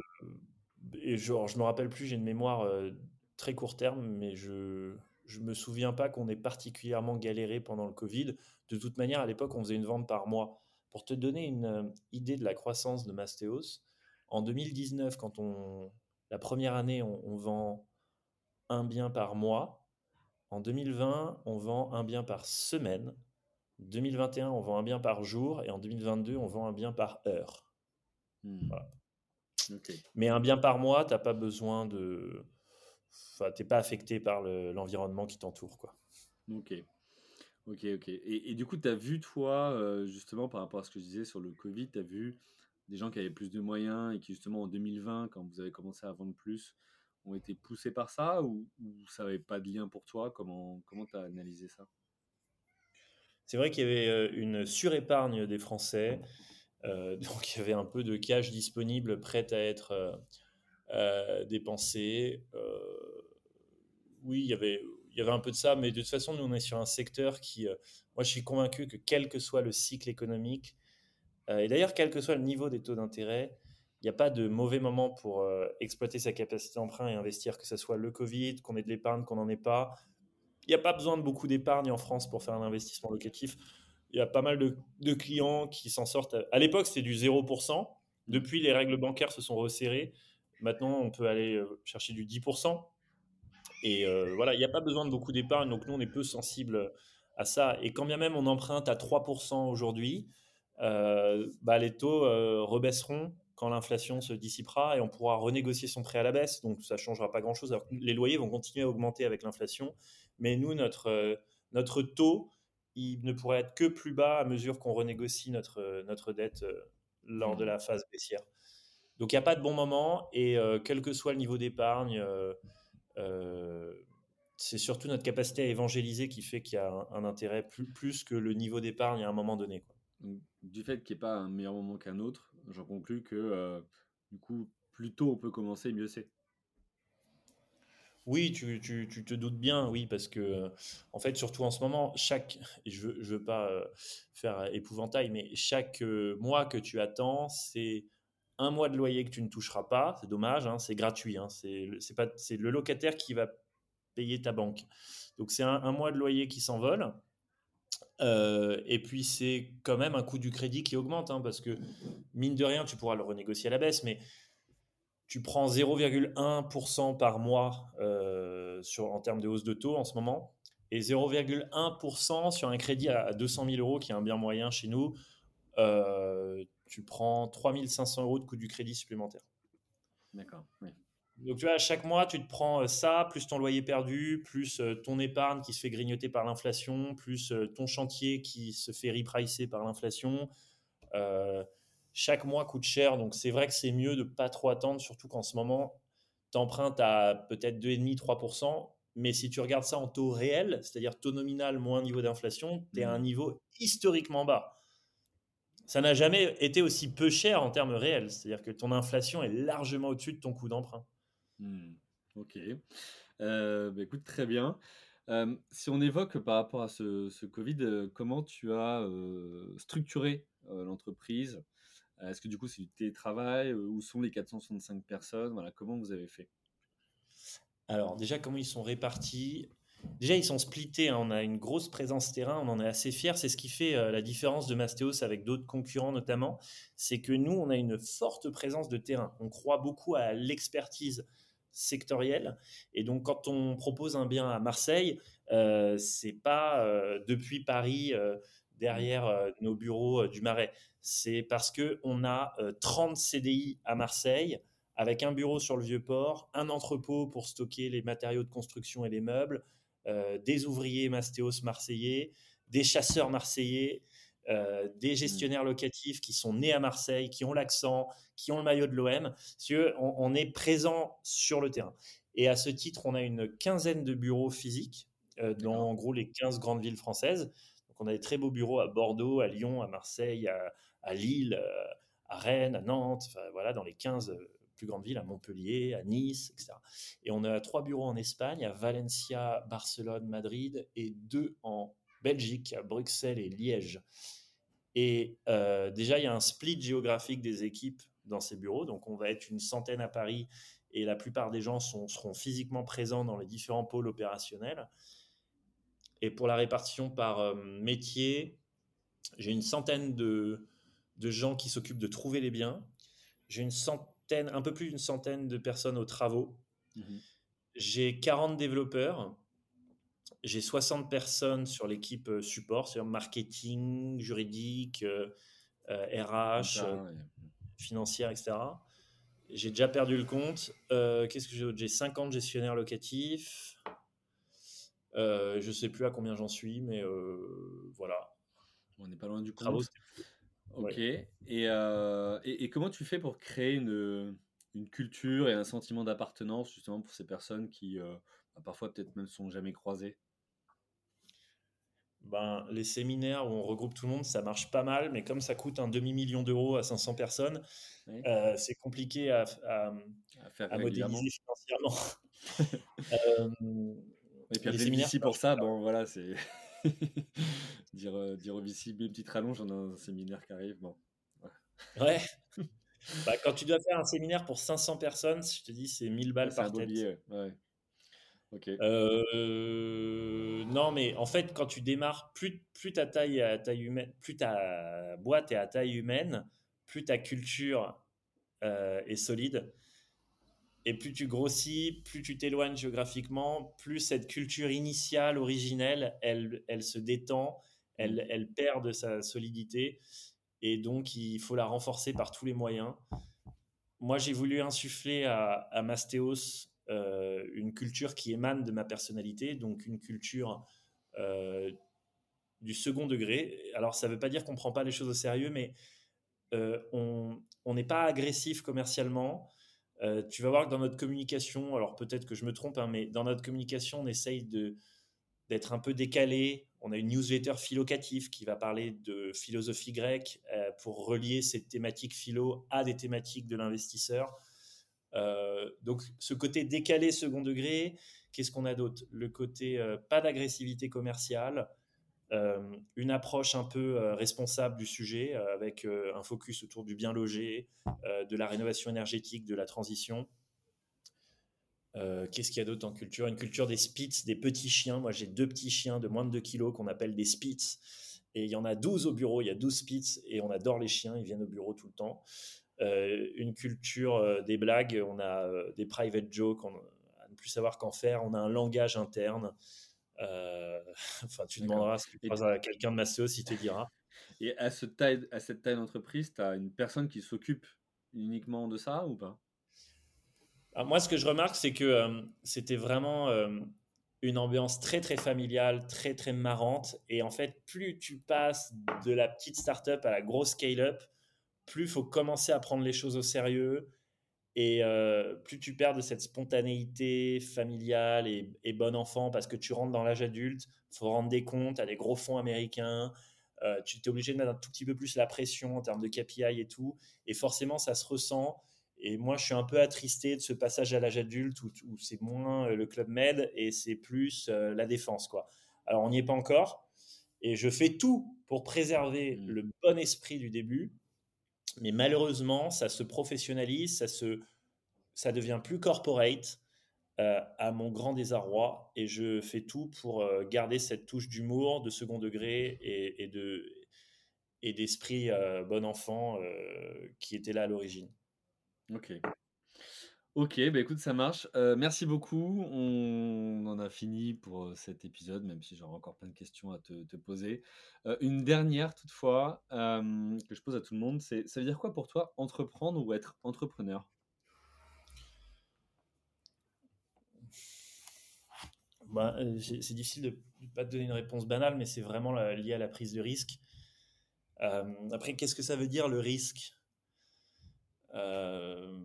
et genre, je me rappelle plus, j'ai une mémoire euh, très court terme, mais je je me souviens pas qu'on ait particulièrement galéré pendant le Covid. De toute manière, à l'époque, on faisait une vente par mois. Pour te donner une euh, idée de la croissance de Mastéos, en deux mille dix-neuf, quand on la première année, on, on vend un bien par mois. En deux mille vingt, on vend un bien par semaine. deux mille vingt et un, on vend un bien par jour. Et en deux mille vingt-deux, on vend un bien par heure. Hmm. Voilà. Ok. Mais un bien par mois, t'as pas besoin de. Enfin, t'es pas affecté par le- l'environnement qui t'entoure, quoi. Ok. OK, OK. Et et du coup, tu as vu toi, heu, justement par rapport à ce que je disais sur le covid, tu as vu des gens qui avaient plus de moyens et qui justement en deux mille vingt, quand vous avez commencé à vendre plus, ont été poussés par ça ou ou ça avait pas de lien pour toi? Comment comment tu as analysé ça? C'est vrai qu'il y avait, heu, une surépargne des Français, heu, donc il y avait un peu de cash disponible prêt à être, heu heu, dépensé. Heu, oui, il y avait il y avait un peu de ça, mais de toute façon, nous, on est sur un secteur qui, heu moi, je suis convaincu que quel que soit le cycle économique, heu et d'ailleurs, quel que soit le niveau des taux d'intérêt, il n'y a pas de mauvais moment pour, heu, exploiter sa capacité d'emprunt et investir, que ça soit le covid, qu'on ait de l'épargne, qu'on n'en ait pas. Il n'y a pas besoin de beaucoup d'épargne en France pour faire un investissement locatif. Il y a pas mal de, de clients qui s'en sortent. À l'époque, c'était du zéro pour cent. Mmh. Depuis, les règles bancaires se sont resserrées. Maintenant, on peut aller euh, chercher du dix pour cent. Et euh, voilà, il n'y a pas besoin de beaucoup d'épargne. Donc, nous, on est peu sensible à ça. Et quand bien même on emprunte à trois pour cent aujourd'hui, euh, bah, les taux euh, rebaisseront quand l'inflation se dissipera et on pourra renégocier son prêt à la baisse. Donc, ça ne changera pas grand-chose. Alors que les loyers vont continuer à augmenter avec l'inflation. Mais nous, notre, euh, notre taux, il ne pourrait être que plus bas à mesure qu'on renégocie notre, euh, notre dette euh, lors de Mmh. la phase baissière. Donc, il n'y a pas de bon moment. Et euh, quel que soit le niveau d'épargne, euh, euh, c'est surtout notre capacité à évangéliser qui fait qu'il y a un, un intérêt plus, plus que le niveau d'épargne à un moment donné, quoi. Donc du fait qu'il y ait pas un meilleur moment qu'un autre, j'en conclus que, heu, du coup, plus tôt on peut commencer, mieux c'est. Oui, tu, tu- tu te doutes bien, oui, parce que, euh, en fait, surtout en ce moment, chaque, et je veux, je veux pas euh, faire épouvantail, mais chaque euh, mois que tu attends, c'est un mois de loyer que tu ne toucheras pas. C'est dommage, hein, c'est gratuit, hein, c'est, le- c'est pas, c'est le locataire qui va payer ta banque. Donc, c'est un, un mois de loyer qui s'envole. Euh, et puis, c'est quand même un coût du crédit qui augmente, hein, parce que, mine de rien, tu pourras le renégocier à la baisse, mais tu prends zéro virgule un pour cent par mois euh, sur, en termes de hausse de taux en ce moment, et zéro virgule un pour cent sur un crédit à deux cent mille euros, qui est un bien moyen chez nous, euh, tu prends trois mille cinq cents euros de coût du crédit supplémentaire. D'accord, oui. Donc tu vois, à chaque mois, tu te prends euh, ça, plus ton loyer perdu, plus euh, ton épargne qui se fait grignoter par l'inflation, plus euh, ton chantier qui se fait repricer par l'inflation. Euh, Chaque mois coûte cher, donc c'est vrai que c'est mieux de pas trop attendre, surtout qu'en ce moment, tu empruntes à peut-être deux virgule cinq trois pour cent, mais si tu regardes ça en taux réel, c'est-à-dire taux nominal moins niveau d'inflation, tu es à un Mmh. niveau historiquement bas. Ça n'a jamais été aussi peu cher en termes réels, c'est-à-dire que ton inflation est largement au-dessus de ton coût d'emprunt. Mmh. OK. Heu, bah, écoute, très bien. Hem, si on évoque par rapport à ce ce covid, heu, comment tu as, heu, structuré, heu, l'entreprise? Heu, est-ce que du coup c'est du télétravail? Heu, où sont les quatre cent soixante-cinq personnes? Voilà, comment vous avez fait? Alors déjà, comment ils sont répartis? Déjà, ils sont splittés, hein. On a une grosse présence terrain, on en est assez fiers. C'est ce qui fait euh, la différence de Mastéos avec d'autres concurrents notamment. C'est que nous, on a une forte présence de terrain. On croit beaucoup à l'expertise sectorielle. Et donc, quand on propose un bien à Marseille, euh, c'est pas euh, depuis Paris, euh, Mmh. derrière euh, nos bureaux euh, du Marais. C'est parce qu'on a euh, trente C D I à Marseille, avec un bureau sur le Vieux-Port, un entrepôt pour stocker les matériaux de construction et les meubles, euh, des ouvriers mastéos marseillais, des chasseurs marseillais, euh, des Mmh. gestionnaires locatifs qui sont nés à Marseille, qui ont l'accent, qui ont le maillot de l'O M. On, on est présent sur le terrain. Et à ce titre, on a une quinzaine de bureaux physiques euh, dans D'accord. en gros les quinze grandes villes françaises. Donc on a des très beaux bureaux à Bordeaux, à Lyon, à Marseille, à, à Lille, euh, à Rennes, à Nantes, enfin, voilà, dans les quinze plus grandes villes, à Montpellier, à Nice, et cetera. Et on a trois bureaux en Espagne, à Valencia, Barcelone, Madrid, et deux en Belgique, à Bruxelles et Liège. Et euh, déjà, il y a un split géographique des équipes dans ces bureaux. Donc, on va être une centaine à Paris et la plupart des gens sont, seront physiquement présents dans les différents pôles opérationnels. Et pour la répartition par euh, métier, j'ai une centaine de, de gens qui s'occupent de trouver les biens. J'ai une centaine, un peu plus d'une centaine de personnes aux travaux. Mmh. J'ai quarante développeurs. J'ai soixante personnes sur l'équipe euh, support, c'est-à-dire marketing, juridique, euh, euh, R H, euh, Compta, ouais. financière, et cetera. J'ai déjà perdu le compte. Euh, qu'est-ce que j'ai d'autre? J'ai cinquante gestionnaires locatifs. Euh, je sais plus à combien j'en suis, mais euh, voilà. On n'est pas loin du Travaux, compte. c'était plutôt- Ok. ouais. Et, euh, et, et comment tu fais pour créer une, une culture et un sentiment d'appartenance justement pour ces personnes qui euh, bah, parfois peut-être même sont jamais croisées? Ben, les séminaires où on regroupe tout le monde, ça marche pas mal, mais comme ça coûte un demi-million d'euros à cinq cents personnes, Oui. euh, c'est compliqué à, à- À faire à modéliser régulièrement. financièrement. Euh, Et puis les appeler le séminaires, V C ça pour marche ça, bien. bon voilà, c'est dire, euh, dire au V C, une petite rallonge, on a un séminaire qui arrive. Bon. Ouais. Ouais. Bah, quand tu dois faire un séminaire pour cinq cents personnes, je te dis, c'est mille Ouais, balles c'est un par beau tête. billet. Ouais. Ouais. Ok. Euh, non, mais en fait, quand tu démarres, plus, plus ta taille est à taille humaine, plus ta boîte est à taille humaine, plus ta culture euh, est solide. Et plus tu grossis, plus tu t'éloignes géographiquement, plus cette culture initiale, originelle, elle, elle se détend, Mm. elle, elle perd de sa solidité. Et donc, il faut la renforcer par tous les moyens. Moi, j'ai voulu insuffler à, à Mastéos euh, une culture qui émane de ma personnalité, donc une culture euh, du second degré. Alors, ça ne veut pas dire qu'on ne prend pas les choses au sérieux, mais euh, on on n'est pas agressif commercialement. Euh, tu vas voir que dans notre communication, alors peut-être que je me trompe, hein, mais dans notre communication, on essaye de, d'être un peu décalé. On a une newsletter philocative qui va parler de philosophie grecque euh, pour relier cette thématique philo à des thématiques de l'investisseur. Euh, donc ce côté décalé second degré, qu'est-ce qu'on a d'autre? Le côté euh, pas d'agressivité commerciale, euh, une approche un peu euh, responsable du sujet euh, avec euh, un focus autour du bien logé, euh, de la rénovation énergétique, de la transition. Euh, qu'est-ce qu'il y a d'autre en culture? Une culture des Spitz, des petits chiens. Moi, j'ai deux petits chiens de moins de deux kilos qu'on appelle des Spitz. Et il y en a douze au bureau, il y a douze Spitz et on adore les chiens, ils viennent au bureau tout le temps. Euh, une culture euh, des blagues, on a euh, des private jokes, on, à ne plus savoir qu'en faire, on a un langage interne. Euh, enfin, tu D'accord. demanderas si tu Et, t- croises quelqu'un de Masséos, il te dira. et à, ce taille, à cette taille d'entreprise, tu as une personne qui s'occupe uniquement de ça ou pas? Alors moi, ce que je remarque, c'est que euh, c'était vraiment euh, une ambiance très très familiale, très très marrante. Et en fait, plus tu passes de la petite start-up à la grosse scale-up, plus il faut commencer à prendre les choses au sérieux. Et euh, plus tu perds de cette spontanéité familiale et, et bon enfant, parce que tu rentres dans l'âge adulte, il faut rendre des comptes à des gros fonds américains. Euh, tu t'es obligé de mettre un tout petit peu plus la pression en termes de K P I et tout. Et forcément, ça se ressent. Et moi, je suis un peu attristé de ce passage à l'âge adulte où, où c'est moins euh, le Club Med et c'est plus euh, la défense, quoi. Alors, on n'y est pas encore. Et je fais tout pour préserver Hmm. le bon esprit du début. Mais malheureusement, ça se professionnalise, ça, se, ça devient plus corporate euh, à mon grand désarroi. Et je fais tout pour euh, garder cette touche d'humour, de second degré et, et de, et d'esprit euh, bon enfant euh, qui était là à l'origine. Ok. Ok, bah écoute, ça marche. Euh, merci beaucoup. On en a fini pour euh, cet épisode, même si j'aurai encore plein de questions à te, te poser. Euh, une dernière, toutefois, euh, que je pose à tout le monde, c'est ça veut dire quoi pour toi entreprendre ou être entrepreneur? Bah, euh, c'est difficile de ne pas te donner une réponse banale, mais c'est vraiment la- lié à la prise de risque. Euh, après, qu'est-ce que ça veut dire le risque? Euh,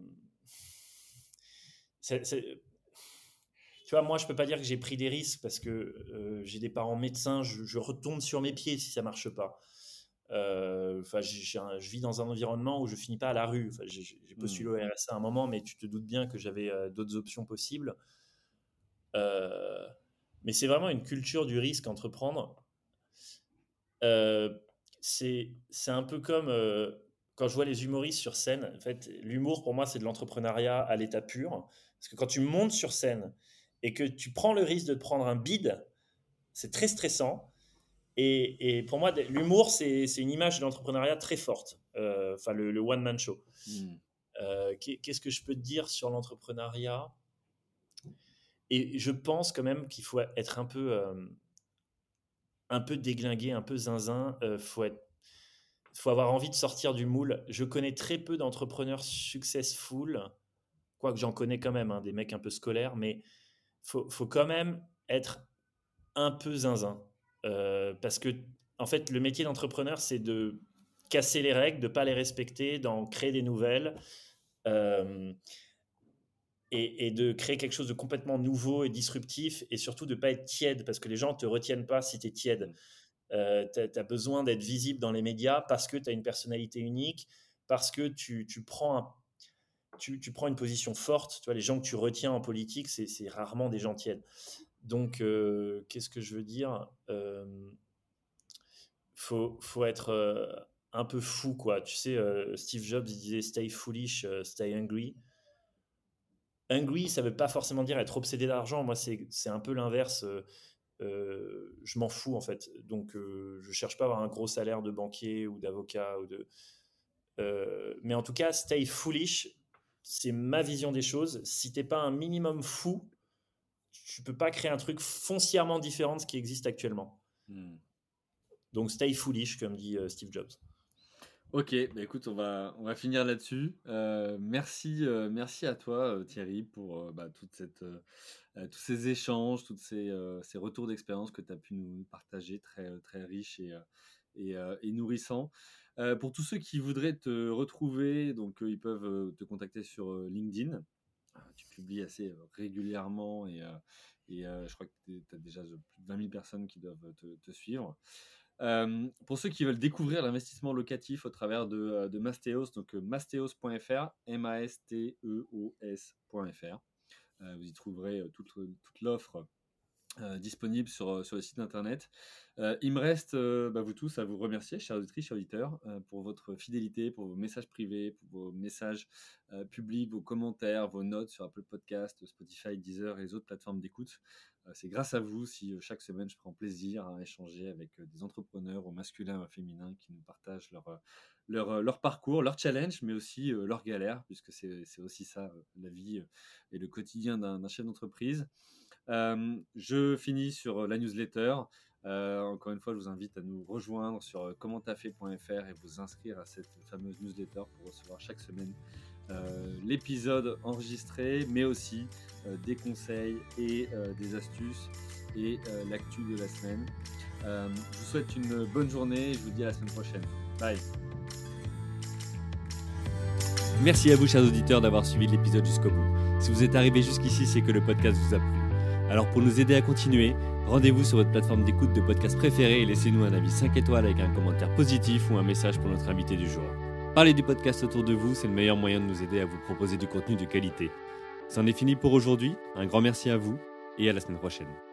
c'est- c'est- Tu vois, moi, je peux pas dire que j'ai pris des risques parce que euh, j'ai des parents médecins, je, je retombe sur mes pieds si ça marche pas. Euh, Enfin, j'ai- j'ai un- je vis dans un environnement où je finis pas à la rue. Enfin, j'ai j'ai postulé Hmm. au R S A à un moment, mais tu te doutes bien que j'avais euh, d'autres options possibles. Euh, mais c'est vraiment une culture du risque entreprendre. Euh, c'est c'est un peu comme euh, quand je vois les humoristes sur scène. En fait, l'humour pour moi, c'est de l'entrepreneuriat à l'état pur. Parce que quand tu montes sur scène et que tu prends le risque de te prendre un bide, c'est très stressant. Et, et pour moi, l'humour, c'est c'est une image de l'entrepreneuriat très forte. Euh, Enfin, le, le one-man show. Hmm. Euh, Qu'est-ce que je peux te dire sur l'entrepreneuriat? Et je pense quand même qu'il faut être un peu, euh, un peu déglingué, un peu zinzin. Il faut être, faut avoir envie de sortir du moule. Je connais très peu d'entrepreneurs successful, quoique j'en connais quand même, hein, des mecs un peu scolaires, mais faut, faut quand même être un peu zinzin. Euh, parce que, en fait, le métier d'entrepreneur, c'est de casser les règles, de ne pas les respecter, d'en créer des nouvelles. Euh, et, et de créer quelque chose de complètement nouveau et disruptif, et surtout de ne pas être tiède, parce que les gens ne te retiennent pas si tu es tiède. Euh, tu as besoin d'être visible dans les médias parce que tu as une personnalité unique, parce que tu, tu, prends un, tu, tu prends une position forte. Tu vois, les gens que tu retiens en politique, c'est, c'est rarement des gens tièdes. Donc, euh, qu'est-ce que je veux dire ? euh, faut, faut être euh, un peu fou, quoi. Tu sais, euh, Steve Jobs, il disait « Stay foolish, uh, stay hungry ». Hungry, ça ne veut pas forcément dire être obsédé d'argent. Moi, c'est, c'est un peu l'inverse. Euh, euh, je m'en fous, en fait. Donc, euh, je ne cherche pas à avoir un gros salaire de banquier ou d'avocat. Ou de... Euh, mais en tout cas, stay foolish, c'est ma vision des choses. Si tu n'es pas un minimum fou, tu ne peux pas créer un truc foncièrement différent de ce qui existe actuellement. Hmm. Donc, stay foolish, comme dit euh, Steve Jobs. Ok, bah écoute, on va, on va finir là-dessus. Euh, merci, euh, merci à toi, euh, Thierry, pour euh, bah, toute cette, euh, tous ces échanges, tous ces, euh, ces retours d'expérience que tu as pu nous partager, très, très riches et, et, euh, et nourrissants. Euh, pour tous ceux qui voudraient te retrouver, donc euh, ils peuvent euh, te contacter sur euh, LinkedIn. Tu publies assez euh, régulièrement et, euh, et euh, je crois que tu as déjà plus de vingt mille personnes qui doivent te, te suivre. Euh, pour ceux qui veulent découvrir l'investissement locatif au travers de, de Mastéos, donc mastéos point f r, M A S T E O S point f r. Euh, vous y trouverez euh, toute, toute l'offre euh, disponible sur, sur le site internet. Euh, il me reste, euh, bah, vous tous, à vous remercier, chers auditrices, chers auditeurs, euh, pour votre fidélité, pour vos messages privés, pour vos messages euh, publics, vos commentaires, vos notes sur Apple Podcast, Spotify, Deezer et les autres plateformes d'écoute. Euh, c'est grâce à vous si euh, chaque semaine je prends plaisir à échanger avec euh, des entrepreneurs au masculin ou au féminin qui nous partagent leur, euh, leur, euh, leur parcours, leur challenge, mais aussi euh, leurs galères, puisque c'est, c'est aussi ça, euh, la vie euh, et le quotidien d'un, d'un chef d'entreprise. Euh, je finis sur la newsletter. Euh, encore une fois, je vous invite à nous rejoindre sur comment t'as fait point f r et vous inscrire à cette fameuse newsletter pour recevoir chaque semaine euh, l'épisode enregistré, mais aussi euh, des conseils et euh, des astuces et euh, l'actu de la semaine. Euh, je vous souhaite une bonne journée et je vous dis à la semaine prochaine. Bye. Merci à vous, chers auditeurs, d'avoir suivi l'épisode jusqu'au bout. Si vous êtes arrivés jusqu'ici, c'est que le podcast vous a plu. Alors pour nous aider à continuer, rendez-vous sur votre plateforme d'écoute de podcast préférée et laissez-nous un avis cinq étoiles avec un commentaire positif ou un message pour notre invité du jour. Parlez du podcast autour de vous, c'est le meilleur moyen de nous aider à vous proposer du contenu de qualité. C'en est fini pour aujourd'hui, un grand merci à vous et à la semaine prochaine.